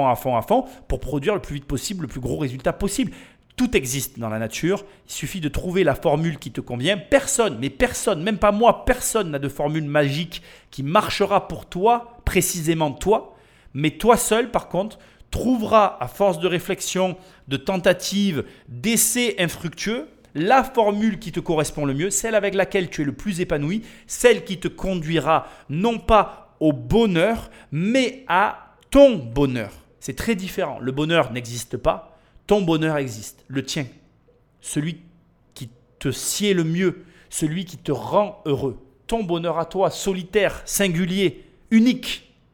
pour produire le plus vite possible, le plus gros résultat possible. Tout existe dans la nature, il suffit de trouver la formule qui te convient. Personne, même pas moi, personne n'a de formule magique qui marchera pour toi, précisément toi. Mais toi seul par contre, trouveras à force de réflexion, de tentatives, d'essais infructueux, la formule qui te correspond le mieux, celle avec laquelle tu es le plus épanoui, celle qui te conduira non pas au bonheur, mais à ton bonheur. C'est très différent. Le bonheur n'existe pas, ton bonheur existe, le tien. Celui qui te sied le mieux, celui qui te rend heureux. Ton bonheur à toi, solitaire, singulier, unique.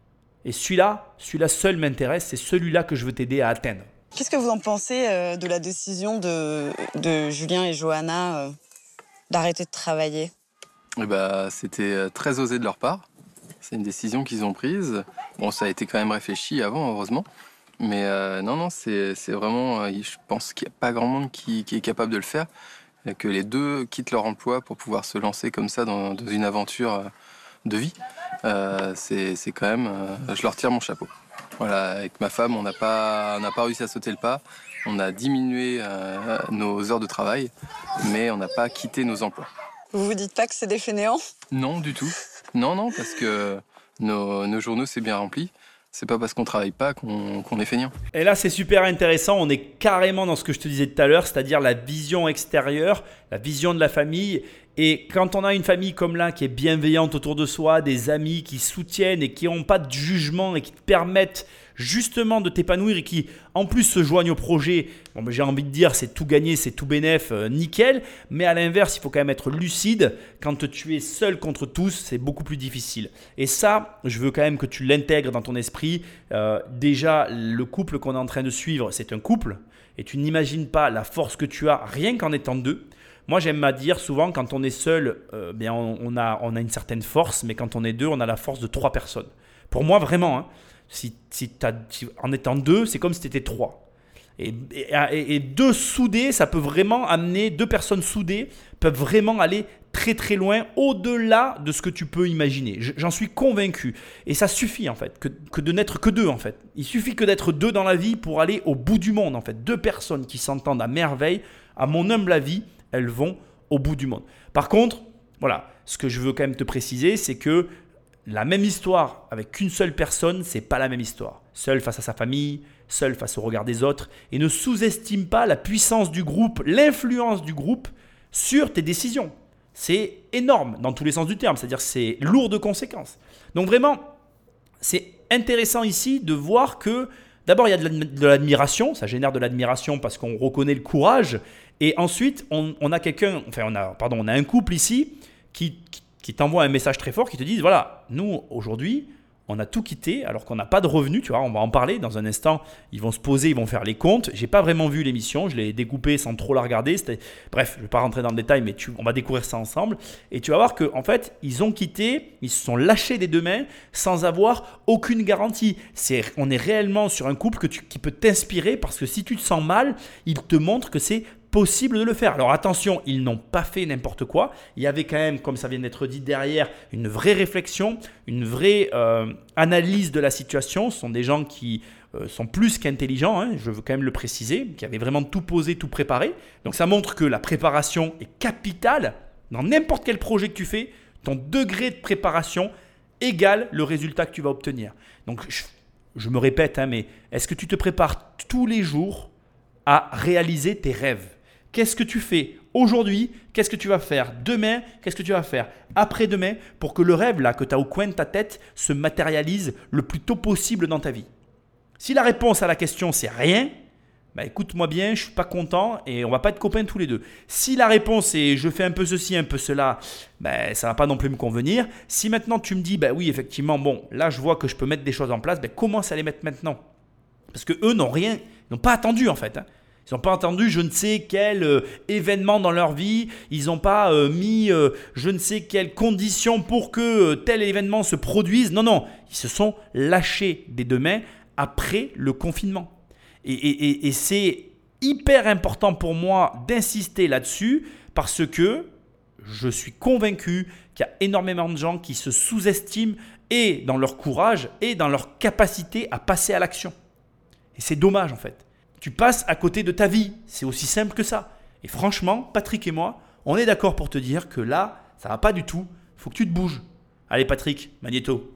Et celui-là seul m'intéresse, c'est celui-là que je veux t'aider à atteindre. Qu'est-ce que vous en pensez de la décision de Julien et Johanna d'arrêter de travailler ? Eh ben, c'était très osé de leur part. C'est une décision qu'ils ont prise. Bon, ça a été quand même réfléchi avant, heureusement. Mais non, c'est vraiment... je pense qu'il n'y a pas grand monde qui est capable de le faire. Et que les deux quittent leur emploi pour pouvoir se lancer comme ça dans une aventure de vie. C'est quand même... je leur tire mon chapeau. Voilà, avec ma femme, on n'a pas réussi à sauter le pas. On a diminué nos heures de travail, mais on n'a pas quitté nos emplois. Vous vous dites pas que c'est des fainéants ? Non, du tout. Non, parce que nos journaux, c'est bien rempli. C'est pas parce qu'on travaille pas qu'on est feignant. Et là, c'est super intéressant. On est carrément dans ce que je te disais tout à l'heure, c'est-à-dire la vision extérieure, la vision de la famille. Et quand on a une famille comme là qui est bienveillante autour de soi, des amis qui soutiennent et qui n'ont pas de jugement et qui te permettent justement de t'épanouir et qui en plus se joignent au projet, bon, j'ai envie de dire c'est tout gagné, c'est tout bénef, nickel. Mais à l'inverse, il faut quand même être lucide. Quand tu es seul contre tous, c'est beaucoup plus difficile. Et ça, je veux quand même que tu l'intègres dans ton esprit. Déjà, le couple qu'on est en train de suivre, c'est un couple. Et tu n'imagines pas la force que tu as rien qu'en étant deux. Moi, j'aime à dire souvent, quand on est seul, on a une certaine force, mais quand on est deux, on a la force de 3 personnes. Pour moi, vraiment, hein, en étant deux, c'est comme si tu étais 3. Et deux soudés, ça peut vraiment amener, 2 personnes soudées peuvent vraiment aller très très loin, au-delà de ce que tu peux imaginer. J'en suis convaincu. Et ça suffit en fait, que de n'être que 2 en fait. Il suffit que d'être 2 dans la vie pour aller au bout du monde en fait. 2 personnes qui s'entendent à merveille, à mon humble avis, elles vont au bout du monde. Par contre, voilà, ce que je veux quand même te préciser, c'est que la même histoire avec qu'une seule personne, c'est pas la même histoire. Seul face à sa famille, seul face au regard des autres. Et ne sous-estime pas la puissance du groupe, l'influence du groupe sur tes décisions. C'est énorme dans tous les sens du terme, c'est-à-dire que c'est lourd de conséquences. Donc vraiment, c'est intéressant ici de voir que d'abord il y a de l'admiration, ça génère de l'admiration parce qu'on reconnaît le courage. Et ensuite, on a un couple ici qui t'envoie un message très fort qui te dit voilà, nous aujourd'hui, on a tout quitté alors qu'on n'a pas de revenus, tu vois, on va en parler dans un instant, ils vont se poser, ils vont faire les comptes. J'ai pas vraiment vu l'émission, je l'ai découpée sans trop la regarder. Bref, je ne vais pas rentrer dans le détail, mais on va découvrir ça ensemble. Et tu vas voir qu'en fait, ils ont quitté, ils se sont lâchés des 2 mains sans avoir aucune garantie. On est réellement sur un couple qui peut t'inspirer parce que si tu te sens mal, il te montre que c'est possible de le faire. Alors attention, ils n'ont pas fait n'importe quoi. Il y avait quand même, comme ça vient d'être dit derrière, une vraie réflexion, une vraie analyse de la situation. Ce sont des gens qui sont plus qu'intelligents, hein, je veux quand même le préciser, qui avaient vraiment tout posé, tout préparé. Donc ça montre que la préparation est capitale dans n'importe quel projet que tu fais. Ton degré de préparation égale le résultat que tu vas obtenir. Donc je me répète, hein, mais est-ce que tu te prépares tous les jours à réaliser tes rêves ? Qu'est-ce que tu fais aujourd'hui ? Qu'est-ce que tu vas faire demain ? Qu'est-ce que tu vas faire après-demain pour que le rêve là que tu as au coin de ta tête se matérialise le plus tôt possible dans ta vie ? Si la réponse à la question c'est rien, bah écoute-moi bien, je ne suis pas content et on ne va pas être copains tous les deux. Si la réponse est je fais un peu ceci, un peu cela, bah, ça ne va pas non plus me convenir. Si maintenant tu me dis bah oui effectivement, bon là je vois que je peux mettre des choses en place, bah, commence à les mettre maintenant. Parce qu'eux ils n'ont pas attendu en fait. Ils n'ont pas attendu je ne sais quel événement dans leur vie. Ils n'ont pas mis je ne sais quelles conditions pour que tel événement se produise. Non. Ils se sont lâchés des 2 mains après le confinement. Et c'est hyper important pour moi d'insister là-dessus parce que je suis convaincu qu'il y a énormément de gens qui se sous-estiment et dans leur courage et dans leur capacité à passer à l'action. Et c'est dommage en fait. Tu passes à côté de ta vie. C'est aussi simple que ça. Et franchement, Patrick et moi, on est d'accord pour te dire que là, ça ne va pas du tout. Il faut que tu te bouges. Allez Patrick, Magnéto.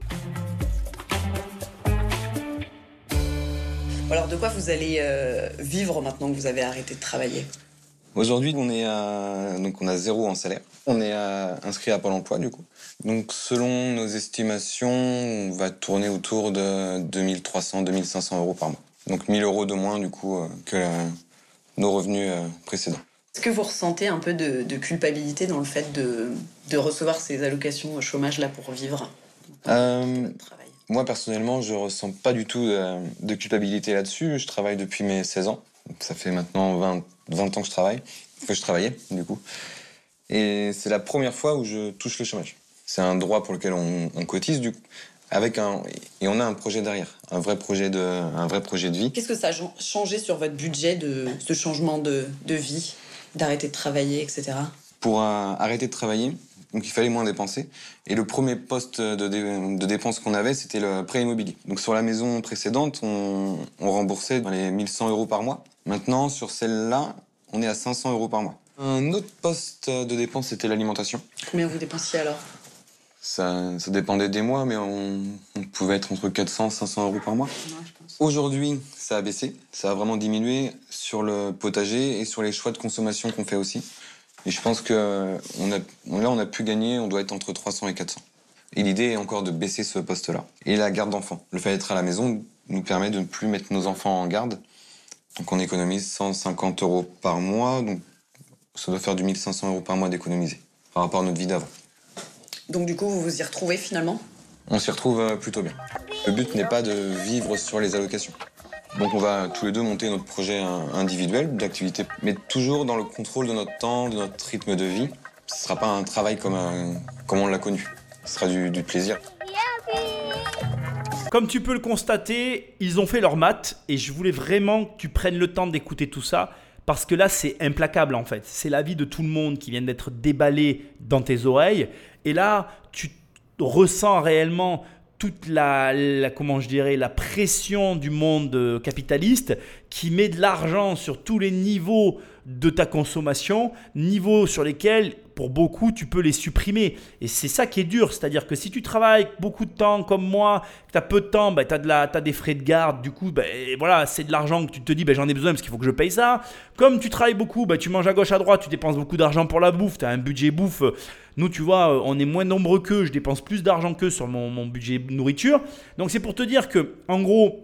Alors de quoi vous allez vivre maintenant que vous avez arrêté de travailler ? Aujourd'hui, on a 0 en salaire. On est inscrit à Pôle emploi du coup. Donc selon nos estimations, on va tourner autour de 2300-2500 euros par mois. Donc 1000 euros de moins du coup que nos revenus précédents. Est-ce que vous ressentez un peu de culpabilité dans le fait de recevoir ces allocations au chômage là pour vivre votre travail ? Moi, personnellement, je ressens pas du tout de culpabilité là-dessus. Je travaille depuis mes 16 ans. Donc, ça fait maintenant 20 ans que je travaille. Que je travaillais, du coup. Et c'est la première fois où je touche le chômage. C'est un droit pour lequel on cotise, du coup. Et on a un projet derrière, un vrai projet de vie. Qu'est-ce que ça a changé sur votre budget de ce changement de vie, d'arrêter de travailler, etc. Pour arrêter de travailler, donc il fallait moins dépenser. Et le premier poste de dépenses qu'on avait, c'était le prêt immobilier. Donc sur la maison précédente, on remboursait dans les 1100 € par mois. Maintenant, sur celle-là, on est à 500 € par mois. Un autre poste de dépense, c'était l'alimentation. Combien vous dépensiez alors ? Ça dépendait des mois, mais on pouvait être entre 400 et 500 € par mois. Ouais, je pense. Aujourd'hui, ça a baissé. Ça a vraiment diminué sur le potager et sur les choix de consommation qu'on fait aussi. Et je pense que on a pu gagner, on doit être entre 300 et 400. Et l'idée est encore de baisser ce poste-là. Et la garde d'enfants. Le fait d'être à la maison nous permet de ne plus mettre nos enfants en garde. Donc on économise 150 € par mois. Donc ça doit faire du 1500 € par mois d'économiser par rapport à notre vie d'avant. Donc du coup, vous vous y retrouvez finalement ? On s'y retrouve plutôt bien. Le but n'est pas de vivre sur les allocations. Donc on va tous les deux monter notre projet individuel d'activité, mais toujours dans le contrôle de notre temps, de notre rythme de vie. Ce ne sera pas un travail comme on l'a connu. Ce sera du plaisir. Comme tu peux le constater, ils ont fait leur maths et je voulais vraiment que tu prennes le temps d'écouter tout ça parce que là, c'est implacable en fait. C'est la vie de tout le monde qui vient d'être déballée dans tes oreilles et là, tu ressens réellement toute la pression du monde capitaliste qui met de l'argent sur tous les niveaux de ta consommation, niveaux sur lesquels, pour beaucoup, tu peux les supprimer. Et c'est ça qui est dur, c'est-à-dire que si tu travailles beaucoup de temps comme moi, que tu as peu de temps, tu as des frais de garde, du coup, voilà, c'est de l'argent que tu te dis, j'en ai besoin parce qu'il faut que je paye ça. Comme tu travailles beaucoup, tu manges à gauche, à droite, tu dépenses beaucoup d'argent pour la bouffe, tu as un budget bouffe. Nous, tu vois, on est moins nombreux qu'eux, je dépense plus d'argent qu'eux sur mon budget nourriture. Donc, c'est pour te dire que, en gros,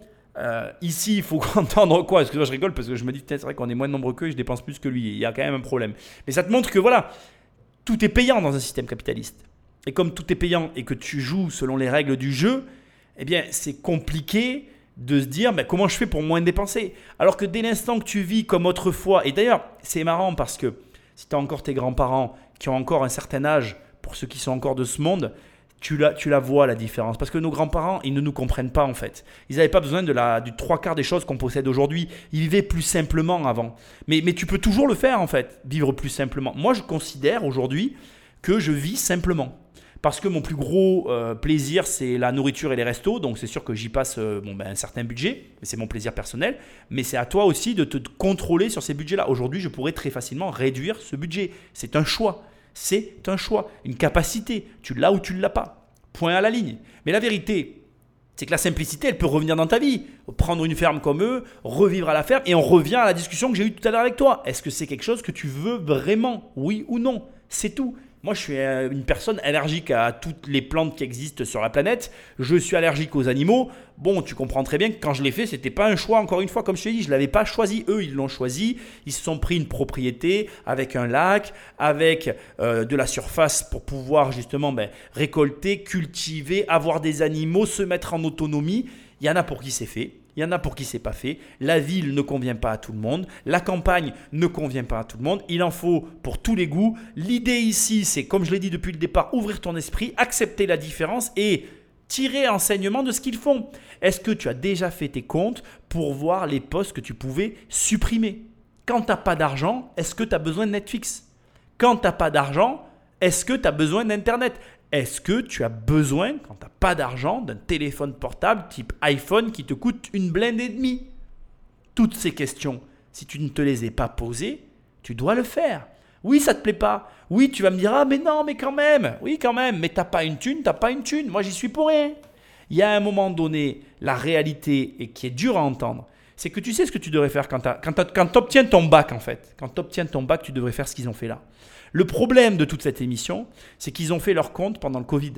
ici, il faut entendre quoi ? Excuse-moi, je rigole parce que je me dis, c'est vrai qu'on est moins nombreux qu'eux, je dépense plus que lui. Il y a quand même un problème. Mais ça te montre que, voilà, tout est payant dans un système capitaliste. Et comme tout est payant et que tu joues selon les règles du jeu, eh bien, c'est compliqué de se dire comment je fais pour moins dépenser. Alors que dès l'instant que tu vis comme autrefois, et d'ailleurs, c'est marrant parce que si tu as encore tes grands-parents qui ont encore un certain âge, pour ceux qui sont encore de ce monde, tu la vois la différence. Parce que nos grands-parents, ils ne nous comprennent pas en fait. Ils n'avaient pas besoin du 3/4 des choses qu'on possède aujourd'hui. Ils vivaient plus simplement avant. Mais tu peux toujours le faire en fait, vivre plus simplement. Moi, je considère aujourd'hui que je vis simplement. Parce que mon plus gros plaisir, c'est la nourriture et les restos. Donc, c'est sûr que j'y passe un certain budget. C'est mon plaisir personnel. Mais c'est à toi aussi de te contrôler sur ces budgets-là. Aujourd'hui, je pourrais très facilement réduire ce budget. C'est un choix. C'est un choix, une capacité. Tu l'as ou tu ne l'as pas. Point à la ligne. Mais la vérité, c'est que la simplicité, elle peut revenir dans ta vie. Prendre une ferme comme eux, revivre à la ferme. Et on revient à la discussion que j'ai eue tout à l'heure avec toi. Est-ce que c'est quelque chose que tu veux vraiment ? Oui ou non ? C'est tout. Moi, je suis une personne allergique à toutes les plantes qui existent sur la planète. Je suis allergique aux animaux. Bon, tu comprends très bien que quand je l'ai fait, ce n'était pas un choix. Encore une fois, comme je t'ai dit, je ne l'avais pas choisi. Eux, ils l'ont choisi. Ils se sont pris une propriété avec un lac, avec de la surface pour pouvoir justement récolter, cultiver, avoir des animaux, se mettre en autonomie. Il y en a pour qui c'est fait. Il y en a pour qui c'est pas fait. La ville ne convient pas à tout le monde. La campagne ne convient pas à tout le monde. Il en faut pour tous les goûts. L'idée ici, c'est, comme je l'ai dit depuis le départ, ouvrir ton esprit, accepter la différence et tirer enseignement de ce qu'ils font. Est-ce que tu as déjà fait tes comptes pour voir les postes que tu pouvais supprimer ? Quand tu n'as pas d'argent, est-ce que tu as besoin de Netflix ? Quand tu n'as pas d'argent, est-ce que tu as besoin d'Internet ? Est-ce que tu as besoin, quand tu n'as pas d'argent, d'un téléphone portable type iPhone qui te coûte une blinde et demie ? Toutes ces questions, si tu ne te les ai pas posées, tu dois le faire. Oui, ça ne te plaît pas. Oui, tu vas me dire, mais non, mais quand même. Oui, quand même, mais tu n'as pas une thune, tu n'as pas une thune. Moi, j'y suis pour rien. Il y a un moment donné, la réalité, et qui est dure à entendre, c'est que tu sais ce que tu devrais faire quand tu obtiens ton bac en fait. Quand tu obtiens ton bac, tu devrais faire ce qu'ils ont fait là. Le problème de toute cette émission, c'est qu'ils ont fait leurs comptes pendant le Covid.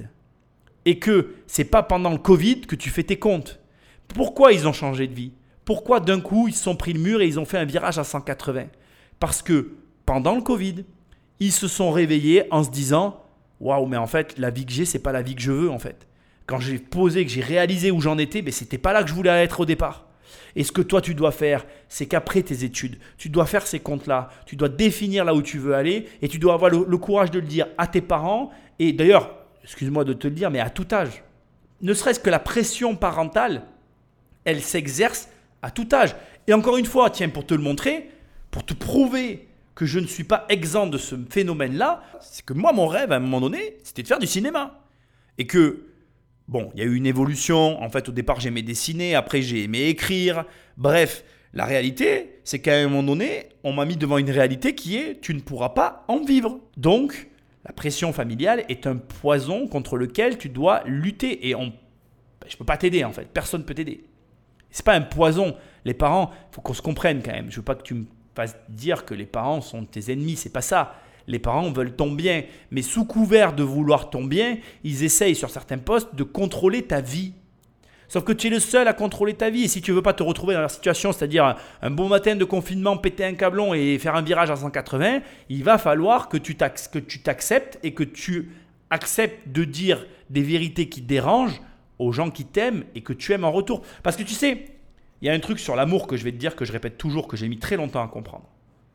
Et que ce n'est pas pendant le Covid que tu fais tes comptes. Pourquoi ils ont changé de vie ? Pourquoi d'un coup ils se sont pris le mur et ils ont fait un virage à 180 ? Parce que pendant le Covid, ils se sont réveillés en se disant « Waouh, mais en fait, la vie que j'ai, ce n'est pas la vie que je veux en fait. » quand j'ai posé, que j'ai réalisé où j'en étais, c'était pas là que je voulais être au départ. Et ce que toi, tu dois faire, c'est qu'après tes études, tu dois faire ces comptes-là, tu dois définir là où tu veux aller et tu dois avoir le courage de le dire à tes parents. Et d'ailleurs, excuse-moi de te le dire, mais à tout âge. Ne serait-ce que la pression parentale, elle s'exerce à tout âge. Et encore une fois, tiens, pour te le montrer, pour te prouver que je ne suis pas exempt de ce phénomène-là, c'est que moi, mon rêve, à un moment donné, c'était de faire du cinéma. Et que, bon, il y a eu une évolution. En fait, au départ, j'aimais dessiner. Après, j'ai aimé écrire. Bref, la réalité, c'est qu'à un moment donné, on m'a mis devant une réalité qui est « tu ne pourras pas en vivre ». Donc, la pression familiale est un poison contre lequel tu dois lutter. Et je ne peux pas t'aider, en fait. Personne ne peut t'aider. Ce n'est pas un poison. Les parents, il faut qu'on se comprenne quand même. Je ne veux pas que tu me fasses dire que les parents sont tes ennemis. Ce n'est pas ça. Les parents veulent ton bien. Mais sous couvert de vouloir ton bien, ils essayent sur certains postes de contrôler ta vie. Sauf que tu es le seul à contrôler ta vie. Et si tu ne veux pas te retrouver dans la situation, c'est-à-dire un bon matin de confinement, péter un câblon et faire un virage à 180, il va falloir que tu t'acceptes et que tu acceptes de dire des vérités qui dérangent aux gens qui t'aiment et que tu aimes en retour. Parce que tu sais, il y a un truc sur l'amour que je vais te dire, que je répète toujours, que j'ai mis très longtemps à comprendre.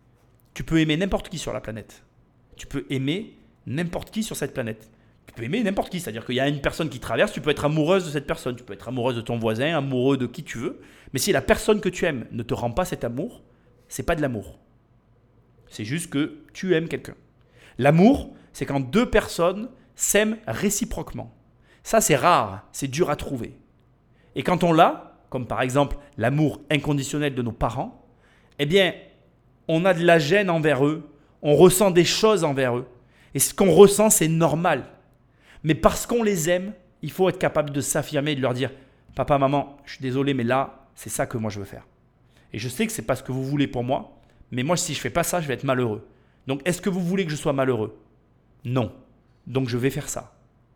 Tu peux aimer n'importe qui sur la planète. Tu peux aimer n'importe qui sur cette planète. Tu peux aimer n'importe qui, c'est-à-dire qu'il y a une personne qui traverse, tu peux être amoureuse de cette personne, tu peux être amoureuse de ton voisin, amoureux de qui tu veux. Mais si la personne que tu aimes ne te rend pas cet amour, c'est pas de l'amour. C'est juste que tu aimes quelqu'un. L'amour, c'est quand deux personnes s'aiment réciproquement. Ça, c'est rare, c'est dur à trouver. Et quand on l'a, comme par exemple l'amour inconditionnel de nos parents, eh bien, on a de la gêne envers eux, on ressent des choses envers eux. Et ce qu'on ressent, c'est normal. Mais parce qu'on les aime, il faut être capable de s'affirmer et de leur dire « Papa, maman, je suis désolé, mais là, c'est ça que moi je veux faire. Et je sais que ce n'est pas ce que vous voulez pour moi, mais moi, si je ne fais pas ça, je vais être malheureux. Donc, est-ce que vous voulez que je sois malheureux ? Non. Donc, je vais faire ça.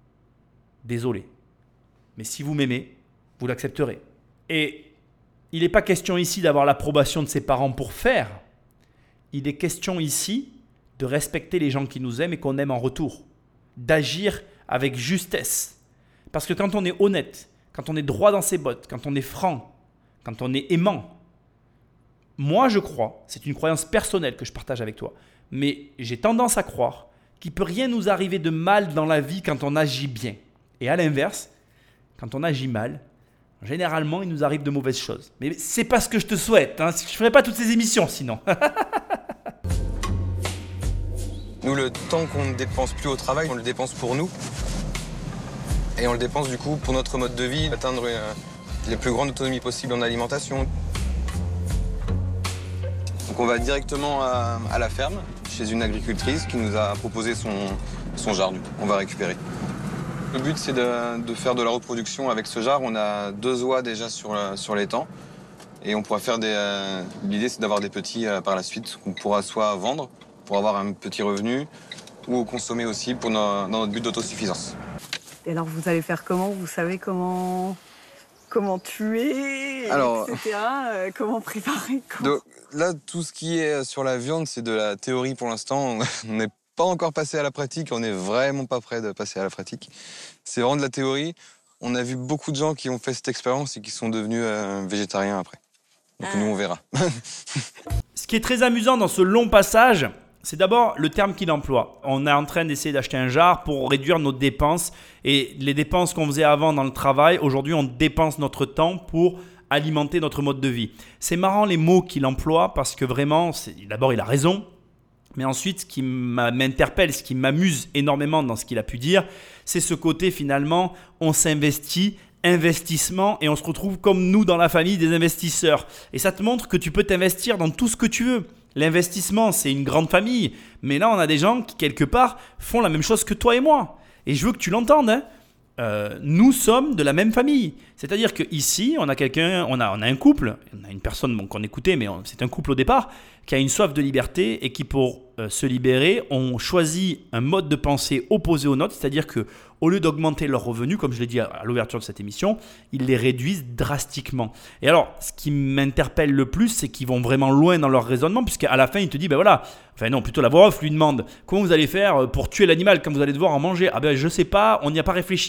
Désolé. Mais si vous m'aimez, vous l'accepterez. » Et il n'est pas question ici d'avoir l'approbation de ses parents pour faire. Il est question ici de respecter les gens qui nous aiment et qu'on aime en retour. D'agir avec justesse. Parce que quand on est honnête, quand on est droit dans ses bottes, quand on est franc, quand on est aimant, moi je crois, c'est une croyance personnelle que je partage avec toi, mais j'ai tendance à croire qu'il ne peut rien nous arriver de mal dans la vie quand on agit bien. Et à l'inverse, quand on agit mal, généralement il nous arrive de mauvaises choses. Mais c'est pas ce que je te souhaite, hein. Je ne ferais pas toutes ces émissions sinon. Nous, le temps qu'on ne dépense plus au travail, on le dépense pour nous. Et on le dépense du coup pour notre mode de vie, atteindre la plus grande autonomie possible en alimentation. Donc on va directement à la ferme, chez une agricultrice qui nous a proposé son jarre. On va récupérer. Le but, c'est de faire de la reproduction avec ce jarre. On a 2 oies déjà sur l'étang. Et on pourra faire l'idée, c'est d'avoir des petits par la suite qu'on pourra soit vendre pour avoir un petit revenu ou consommer aussi dans notre but d'autosuffisance. Et alors, vous allez faire comment ? Vous savez comment tuer, alors, etc. Comment préparer donc, là, tout ce qui est sur la viande, c'est de la théorie pour l'instant. On n'est pas encore passé à la pratique. On n'est vraiment pas prêt de passer à la pratique. C'est vraiment de la théorie. On a vu beaucoup de gens qui ont fait cette expérience et qui sont devenus végétariens après. Donc nous, on verra. Ce qui est très amusant dans ce long passage, c'est d'abord le terme qu'il emploie. On est en train d'essayer d'acheter un jarre pour réduire nos dépenses. Et les dépenses qu'on faisait avant dans le travail, aujourd'hui, on dépense notre temps pour alimenter notre mode de vie. C'est marrant les mots qu'il emploie parce que vraiment, d'abord, il a raison. Mais ensuite, ce qui m'interpelle, ce qui m'amuse énormément dans ce qu'il a pu dire, c'est ce côté finalement, on s'investit, investissement, et on se retrouve comme nous dans la famille des investisseurs. Et ça te montre que tu peux t'investir dans tout ce que tu veux. L'investissement, c'est une grande famille. Mais là, on a des gens qui, quelque part, font la même chose que toi et moi. Et je veux que tu l'entendes, hein. Nous sommes de la même famille. C'est-à-dire qu'ici, on a quelqu'un, on a un couple, on a une personne qu'on écoutait, mais c'est un couple au départ, qui a une soif de liberté et qui, pour se libérer, ont choisi un mode de pensée opposé au nôtre. C'est-à-dire qu'au lieu d'augmenter leurs revenus, comme je l'ai dit à l'ouverture de cette émission, ils les réduisent drastiquement. Et alors, ce qui m'interpelle le plus, c'est qu'ils vont vraiment loin dans leur raisonnement, puisqu'à la fin, il te dit, ben voilà, enfin non, plutôt la voix off lui demande, comment vous allez faire pour tuer l'animal quand vous allez devoir en manger ? Ah ben je sais pas, on n'y a pas réfléchi.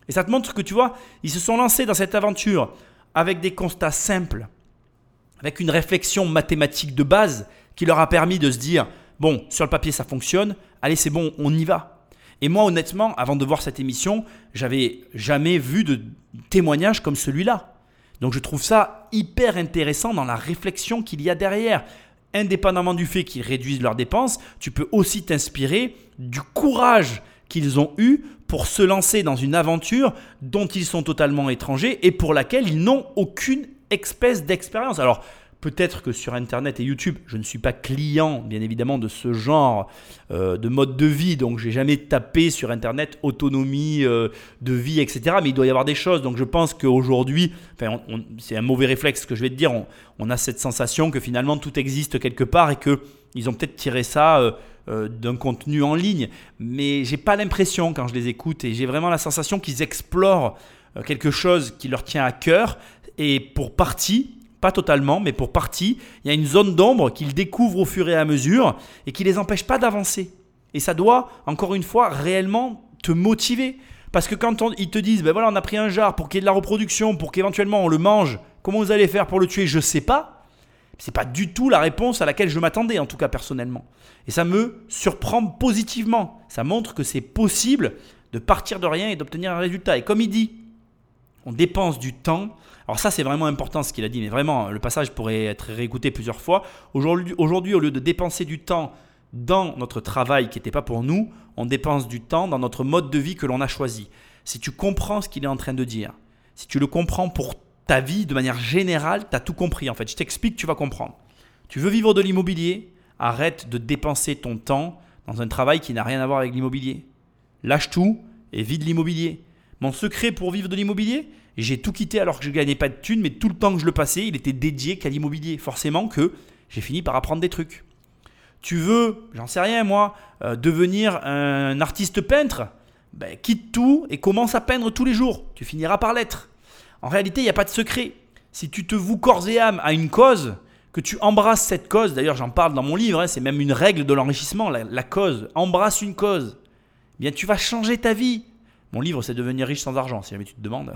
Et ça te montre que, tu vois, ils se sont lancés dans cette aventure avec des constats simples, avec une réflexion mathématique de base qui leur a permis de se dire « Bon, sur le papier, ça fonctionne. Allez, c'est bon, on y va. » Et moi, honnêtement, avant de voir cette émission, j'avais jamais vu de témoignage comme celui-là. Donc, je trouve ça hyper intéressant dans la réflexion qu'il y a derrière. Indépendamment du fait qu'ils réduisent leurs dépenses, tu peux aussi t'inspirer du courage qu'ils ont eu pour se lancer dans une aventure dont ils sont totalement étrangers et pour laquelle ils n'ont aucune espèce d'expérience. Alors, peut-être que sur Internet et YouTube, je ne suis pas client, bien évidemment, de ce genre de mode de vie. Donc, je n'ai jamais tapé sur Internet autonomie de vie, etc. Mais il doit y avoir des choses. Donc, je pense qu'aujourd'hui, c'est un mauvais réflexe que je vais te dire. On a cette sensation que finalement, tout existe quelque part et qu'ils ont peut-être tiré ça d'un contenu en ligne. Mais je n'ai pas l'impression quand je les écoute et j'ai vraiment la sensation qu'ils explorent quelque chose qui leur tient à cœur. Et pour partie, pas totalement, mais pour partie, il y a une zone d'ombre qu'ils découvrent au fur et à mesure et qui ne les empêche pas d'avancer. Et ça doit, encore une fois, réellement te motiver. Parce que quand ils te disent, ben voilà, on a pris un jar pour qu'il y ait de la reproduction, pour qu'éventuellement on le mange, comment vous allez faire pour le tuer, je ne sais pas. Ce n'est pas du tout la réponse à laquelle je m'attendais, en tout cas personnellement. Et ça me surprend positivement. Ça montre que c'est possible de partir de rien et d'obtenir un résultat. Et comme il dit, on dépense du temps. Alors ça, c'est vraiment important ce qu'il a dit, mais vraiment, le passage pourrait être réécouté plusieurs fois. Aujourd'hui, au lieu de dépenser du temps dans notre travail qui n'était pas pour nous, on dépense du temps dans notre mode de vie que l'on a choisi. Si tu comprends ce qu'il est en train de dire, si tu le comprends pour ta vie de manière générale, tu as tout compris en fait. Je t'explique, tu vas comprendre. Tu veux vivre de l'immobilier, arrête de dépenser ton temps dans un travail qui n'a rien à voir avec l'immobilier. Lâche tout et vis de l'immobilier. Mon secret pour vivre de l'immobilier, j'ai tout quitté alors que je ne gagnais pas de thunes, mais tout le temps que je le passais, il était dédié qu'à l'immobilier. Forcément que j'ai fini par apprendre des trucs. Tu veux, j'en sais rien moi, devenir un artiste peintre, ben, quitte tout et commence à peindre tous les jours. Tu finiras par l'être. En réalité, il n'y a pas de secret. Si tu te voues corps et âme à une cause, que tu embrasses cette cause, d'ailleurs j'en parle dans mon livre, c'est même une règle de l'enrichissement, la cause, embrasse une cause, eh bien tu vas changer ta vie. Mon livre, c'est Devenir riche sans argent, si jamais tu te demandes.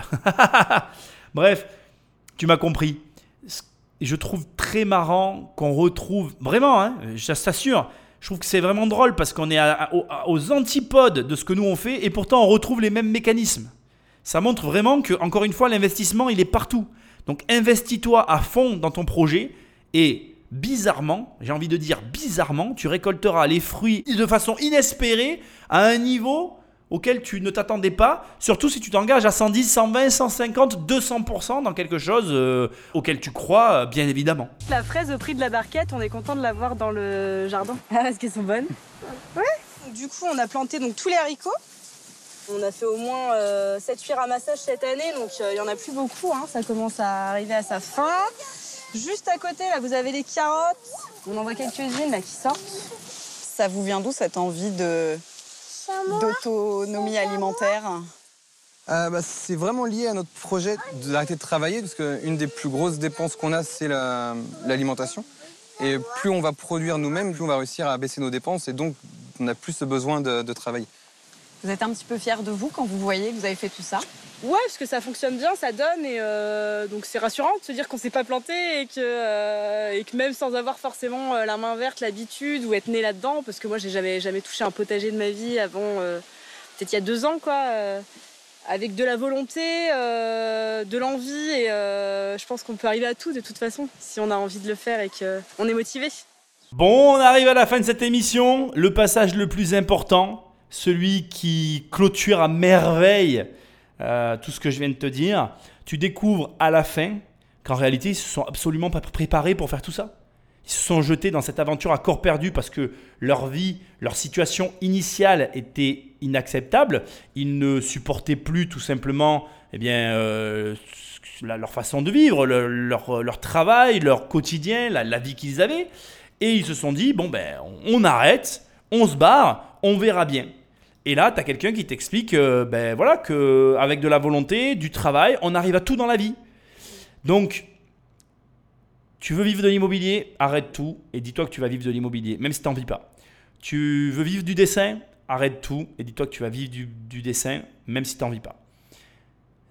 Bref, tu m'as compris. Je trouve très marrant qu'on retrouve, vraiment, je t'assure, je trouve que c'est vraiment drôle parce qu'on est aux antipodes de ce que nous on fait et pourtant on retrouve les mêmes mécanismes. Ça montre vraiment que, encore une fois, l'investissement, il est partout. Donc investis-toi à fond dans ton projet et bizarrement, j'ai envie de dire bizarrement, tu récolteras les fruits de façon inespérée à un niveau auquel tu ne t'attendais pas, surtout si tu t'engages à 110, 120, 150, 200% dans quelque chose auquel tu crois, bien évidemment. La fraise au prix de la barquette, on est content de l'avoir dans le jardin. Ah, parce qu'elles sont bonnes. Ouais. Du coup, on a planté donc tous les haricots. On a fait au moins 7-8 ramassages cette année, donc il n'y en a plus beaucoup. Ça commence à arriver à sa fin. Juste à côté, là, vous avez les carottes. On en voit quelques-unes là qui sortent. Ça vous vient d'où cette envie d'autonomie alimentaire? C'est vraiment lié à notre projet d'arrêter de travailler, parce qu'une des plus grosses dépenses qu'on a, c'est l'alimentation. Et plus on va produire nous-mêmes, plus on va réussir à baisser nos dépenses, et donc on a plus besoin de travailler. Vous êtes un petit peu fiers de vous quand vous voyez que vous avez fait tout ça? Ouais, parce que ça fonctionne bien, ça donne, et donc c'est rassurant de se dire qu'on s'est pas planté et que même sans avoir forcément la main verte, l'habitude ou être né là-dedans, parce que moi j'ai jamais touché un potager de ma vie avant, peut-être il y a 2 ans quoi, avec de la volonté, de l'envie, et je pense qu'on peut arriver à tout de toute façon si on a envie de le faire et qu'on est motivé. Bon, on arrive à la fin de cette émission, le passage le plus important, celui qui clôture à merveille tout ce que je viens de te dire. Tu découvres à la fin qu'en réalité, ils ne se sont absolument pas préparés pour faire tout ça. Ils se sont jetés dans cette aventure à corps perdu parce que leur vie, leur situation initiale était inacceptable. Ils ne supportaient plus tout simplement leur façon de vivre, leur travail, leur quotidien, la vie qu'ils avaient. Et ils se sont dit, on arrête, on se barre, on verra bien. Et là, tu as quelqu'un qui t'explique qu'avec de la volonté, du travail, on arrive à tout dans la vie. Donc, tu veux vivre de l'immobilier, arrête tout et dis-toi que tu vas vivre de l'immobilier, même si tu n'en vis pas. Tu veux vivre du dessin, arrête tout et dis-toi que tu vas vivre du dessin, même si tu n'en vis pas.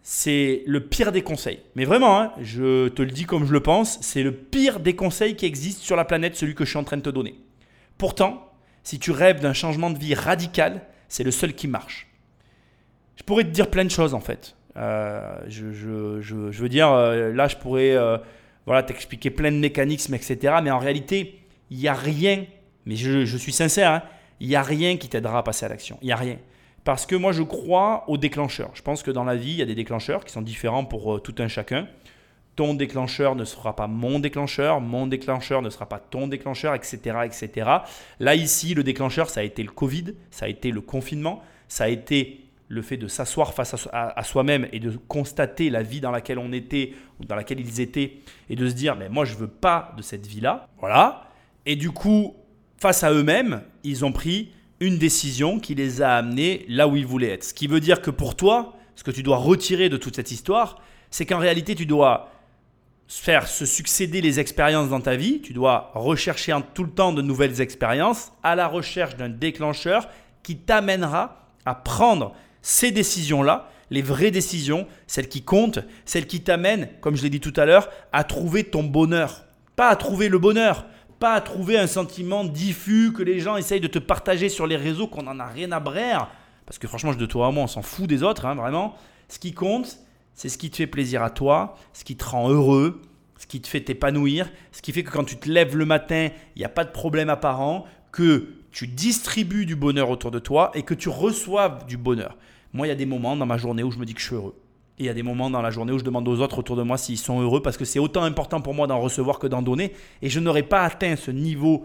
c'est le pire des conseils. Mais vraiment, hein, je te le dis comme je le pense, c'est le pire des conseils qui existent sur la planète, celui que je suis en train de te donner. Pourtant, si tu rêves d'un changement de vie radical, c'est le seul qui marche. Je pourrais te dire plein de choses en fait. Je veux dire, là je pourrais t'expliquer plein de mécanismes, etc. Mais en réalité, il n'y a rien, mais je suis sincère, hein, il n'y a rien qui t'aidera à passer à l'action. Il n'y a rien. Parce que moi, je crois aux déclencheurs. Je pense que dans la vie, il y a des déclencheurs qui sont différents pour tout un chacun. Ton déclencheur ne sera pas mon déclencheur ne sera pas ton déclencheur, etc., etc. Là, ici, le déclencheur, ça a été le Covid, ça a été le confinement, ça a été le fait de s'asseoir face à soi-même et de constater la vie dans laquelle on était ou dans laquelle ils étaient et de se dire « mais moi, je ne veux pas de cette vie-là ». Voilà. Et du coup, face à eux-mêmes, ils ont pris une décision qui les a amenés là où ils voulaient être. Ce qui veut dire que pour toi, ce que tu dois retirer de toute cette histoire, c'est qu'en réalité, tu dois faire se succéder les expériences dans ta vie. Tu dois rechercher tout le temps de nouvelles expériences à la recherche d'un déclencheur qui t'amènera à prendre ces décisions-là, les vraies décisions, celles qui comptent, celles qui t'amènent, comme je l'ai dit tout à l'heure, à trouver ton bonheur. Pas à trouver le bonheur, pas à trouver un sentiment diffus que les gens essayent de te partager sur les réseaux, qu'on n'en a rien à braire. Parce que franchement, de toi à moi, on s'en fout des autres, hein, vraiment. Ce qui compte, c'est ce qui te fait plaisir à toi, ce qui te rend heureux, ce qui te fait t'épanouir, ce qui fait que quand tu te lèves le matin, il n'y a pas de problème apparent, que tu distribues du bonheur autour de toi et que tu reçoives du bonheur. Moi, il y a des moments dans ma journée où je me dis que je suis heureux. Et il y a des moments dans la journée où je demande aux autres autour de moi s'ils sont heureux parce que c'est autant important pour moi d'en recevoir que d'en donner. Et je n'aurais pas atteint ce niveau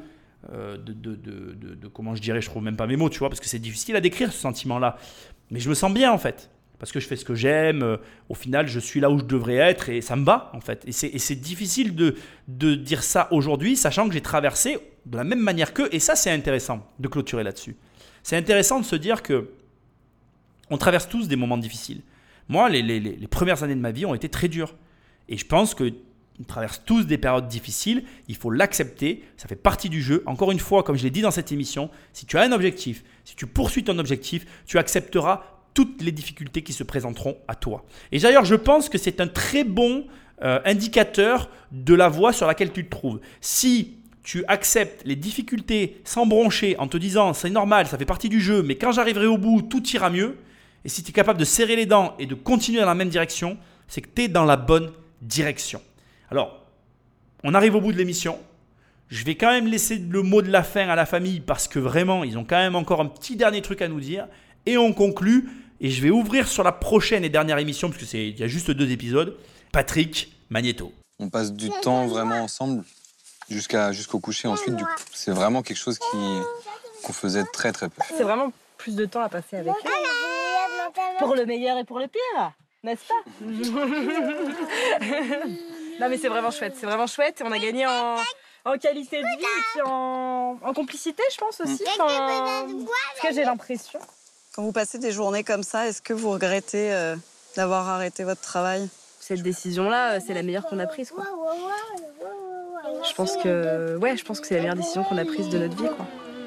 comment je dirais, je trouve même pas mes mots, tu vois, parce que c'est difficile à décrire ce sentiment-là. Mais je me sens bien en fait. Parce que je fais ce que j'aime, au final je suis là où je devrais être et ça me va en fait. Et c'est difficile de dire ça aujourd'hui, sachant que j'ai traversé de la même manière qu'eux. Et ça c'est intéressant de clôturer là-dessus. C'est intéressant de se dire que on traverse tous des moments difficiles. Moi, les premières années de ma vie ont été très dures. Et je pense qu'on traverse tous des périodes difficiles. Il faut l'accepter. Ça fait partie du jeu. Encore une fois, comme je l'ai dit dans cette émission, si tu as un objectif, si tu poursuis ton objectif, tu accepteras toutes les difficultés qui se présenteront à toi. Et d'ailleurs, je pense que c'est un très bon indicateur de la voie sur laquelle tu te trouves. Si tu acceptes les difficultés sans broncher en te disant « c'est normal, ça fait partie du jeu, mais quand j'arriverai au bout, tout ira mieux », et si tu es capable de serrer les dents et de continuer dans la même direction, c'est que tu es dans la bonne direction. Alors, on arrive au bout de l'émission. Je vais quand même laisser le mot de la fin à la famille parce que vraiment, ils ont quand même encore un petit dernier truc à nous dire. Et on conclut. Et je vais ouvrir sur la prochaine et dernière émission parce qu'il y a juste 2 épisodes. Patrick Magnéto. On passe du temps vraiment ensemble jusqu'au coucher ensuite. Du coup, c'est vraiment quelque chose qu'on faisait très très peu. C'est vraiment plus de temps à passer avec eux. Pour le meilleur et pour le pire, n'est-ce pas? Non mais c'est vraiment chouette et on a gagné en qualité de vie et puis en complicité je pense aussi. Parce que j'ai l'impression. Quand vous passez des journées comme ça, est-ce que vous regrettez d'avoir arrêté votre travail? Cette décision-là, c'est la meilleure qu'on a prise, quoi. Je pense que c'est la meilleure décision qu'on a prise de notre vie, quoi.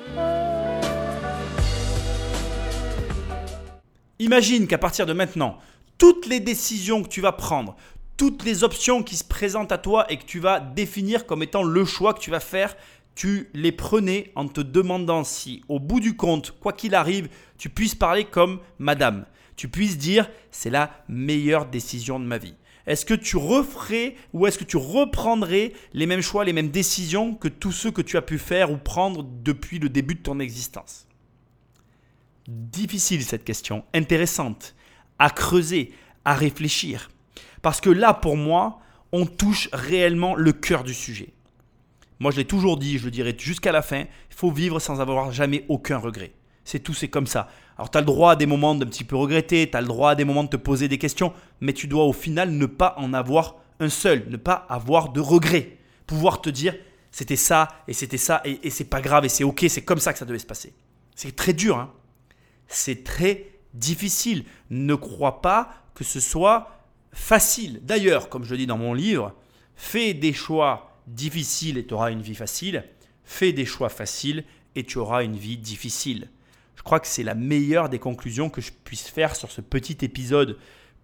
Imagine qu'à partir de maintenant, toutes les décisions que tu vas prendre, toutes les options qui se présentent à toi et que tu vas définir comme étant le choix que tu vas faire, tu les prenais en te demandant si, au bout du compte, quoi qu'il arrive, tu puisses parler comme madame. Tu puisses dire « c'est la meilleure décision de ma vie ». Est-ce que tu referais ou est-ce que tu reprendrais les mêmes choix, les mêmes décisions que tous ceux que tu as pu faire ou prendre depuis le début de ton existence? Difficile cette question, intéressante, à creuser, à réfléchir. Parce que là, pour moi, on touche réellement le cœur du sujet. Moi, je l'ai toujours dit, je le dirai jusqu'à la fin, il faut vivre sans avoir jamais aucun regret. C'est tout, c'est comme ça. Alors, tu as le droit à des moments d'un petit peu regretter, tu as le droit à des moments de te poser des questions, mais tu dois au final ne pas en avoir un seul, ne pas avoir de regret. Pouvoir te dire, c'était ça, et c'est pas grave, et c'est ok, c'est comme ça que ça devait se passer. C'est très dur, hein. C'est très difficile. Ne crois pas que ce soit facile. D'ailleurs, comme je le dis dans mon livre, fais des choix difficiles et tu auras une vie facile. Fais des choix faciles et tu auras une vie difficile. Je crois que c'est la meilleure des conclusions que je puisse faire sur ce petit épisode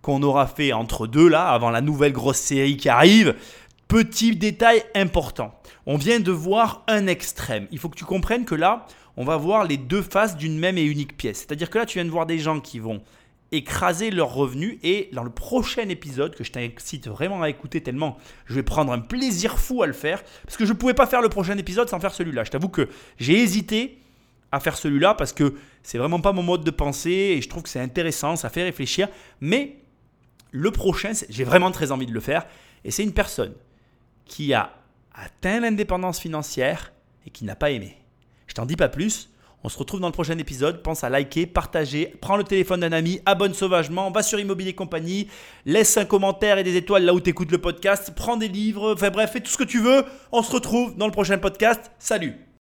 qu'on aura fait entre deux là, avant la nouvelle grosse série qui arrive. Petit détail important, on vient de voir un extrême. Il faut que tu comprennes que là, on va voir les deux faces d'une même et unique pièce. C'est-à-dire que là, tu viens de voir des gens qui vont écraser leurs revenus et dans le prochain épisode, que je t'incite vraiment à écouter tellement je vais prendre un plaisir fou à le faire, parce que je ne pouvais pas faire le prochain épisode sans faire celui-là. Je t'avoue que j'ai hésité à faire celui-là parce que c'est vraiment pas mon mode de pensée et je trouve que c'est intéressant, ça fait réfléchir. Mais le prochain, j'ai vraiment très envie de le faire et c'est une personne qui a atteint l'indépendance financière et qui n'a pas aimé. Je t'en dis pas plus. On se retrouve dans le prochain épisode. Pense à liker, partager, prends le téléphone d'un ami, abonne sauvagement, va sur Immobilier Compagnie, laisse un commentaire et des étoiles là où tu écoutes le podcast, prends des livres, enfin bref, fais tout ce que tu veux. On se retrouve dans le prochain podcast. Salut!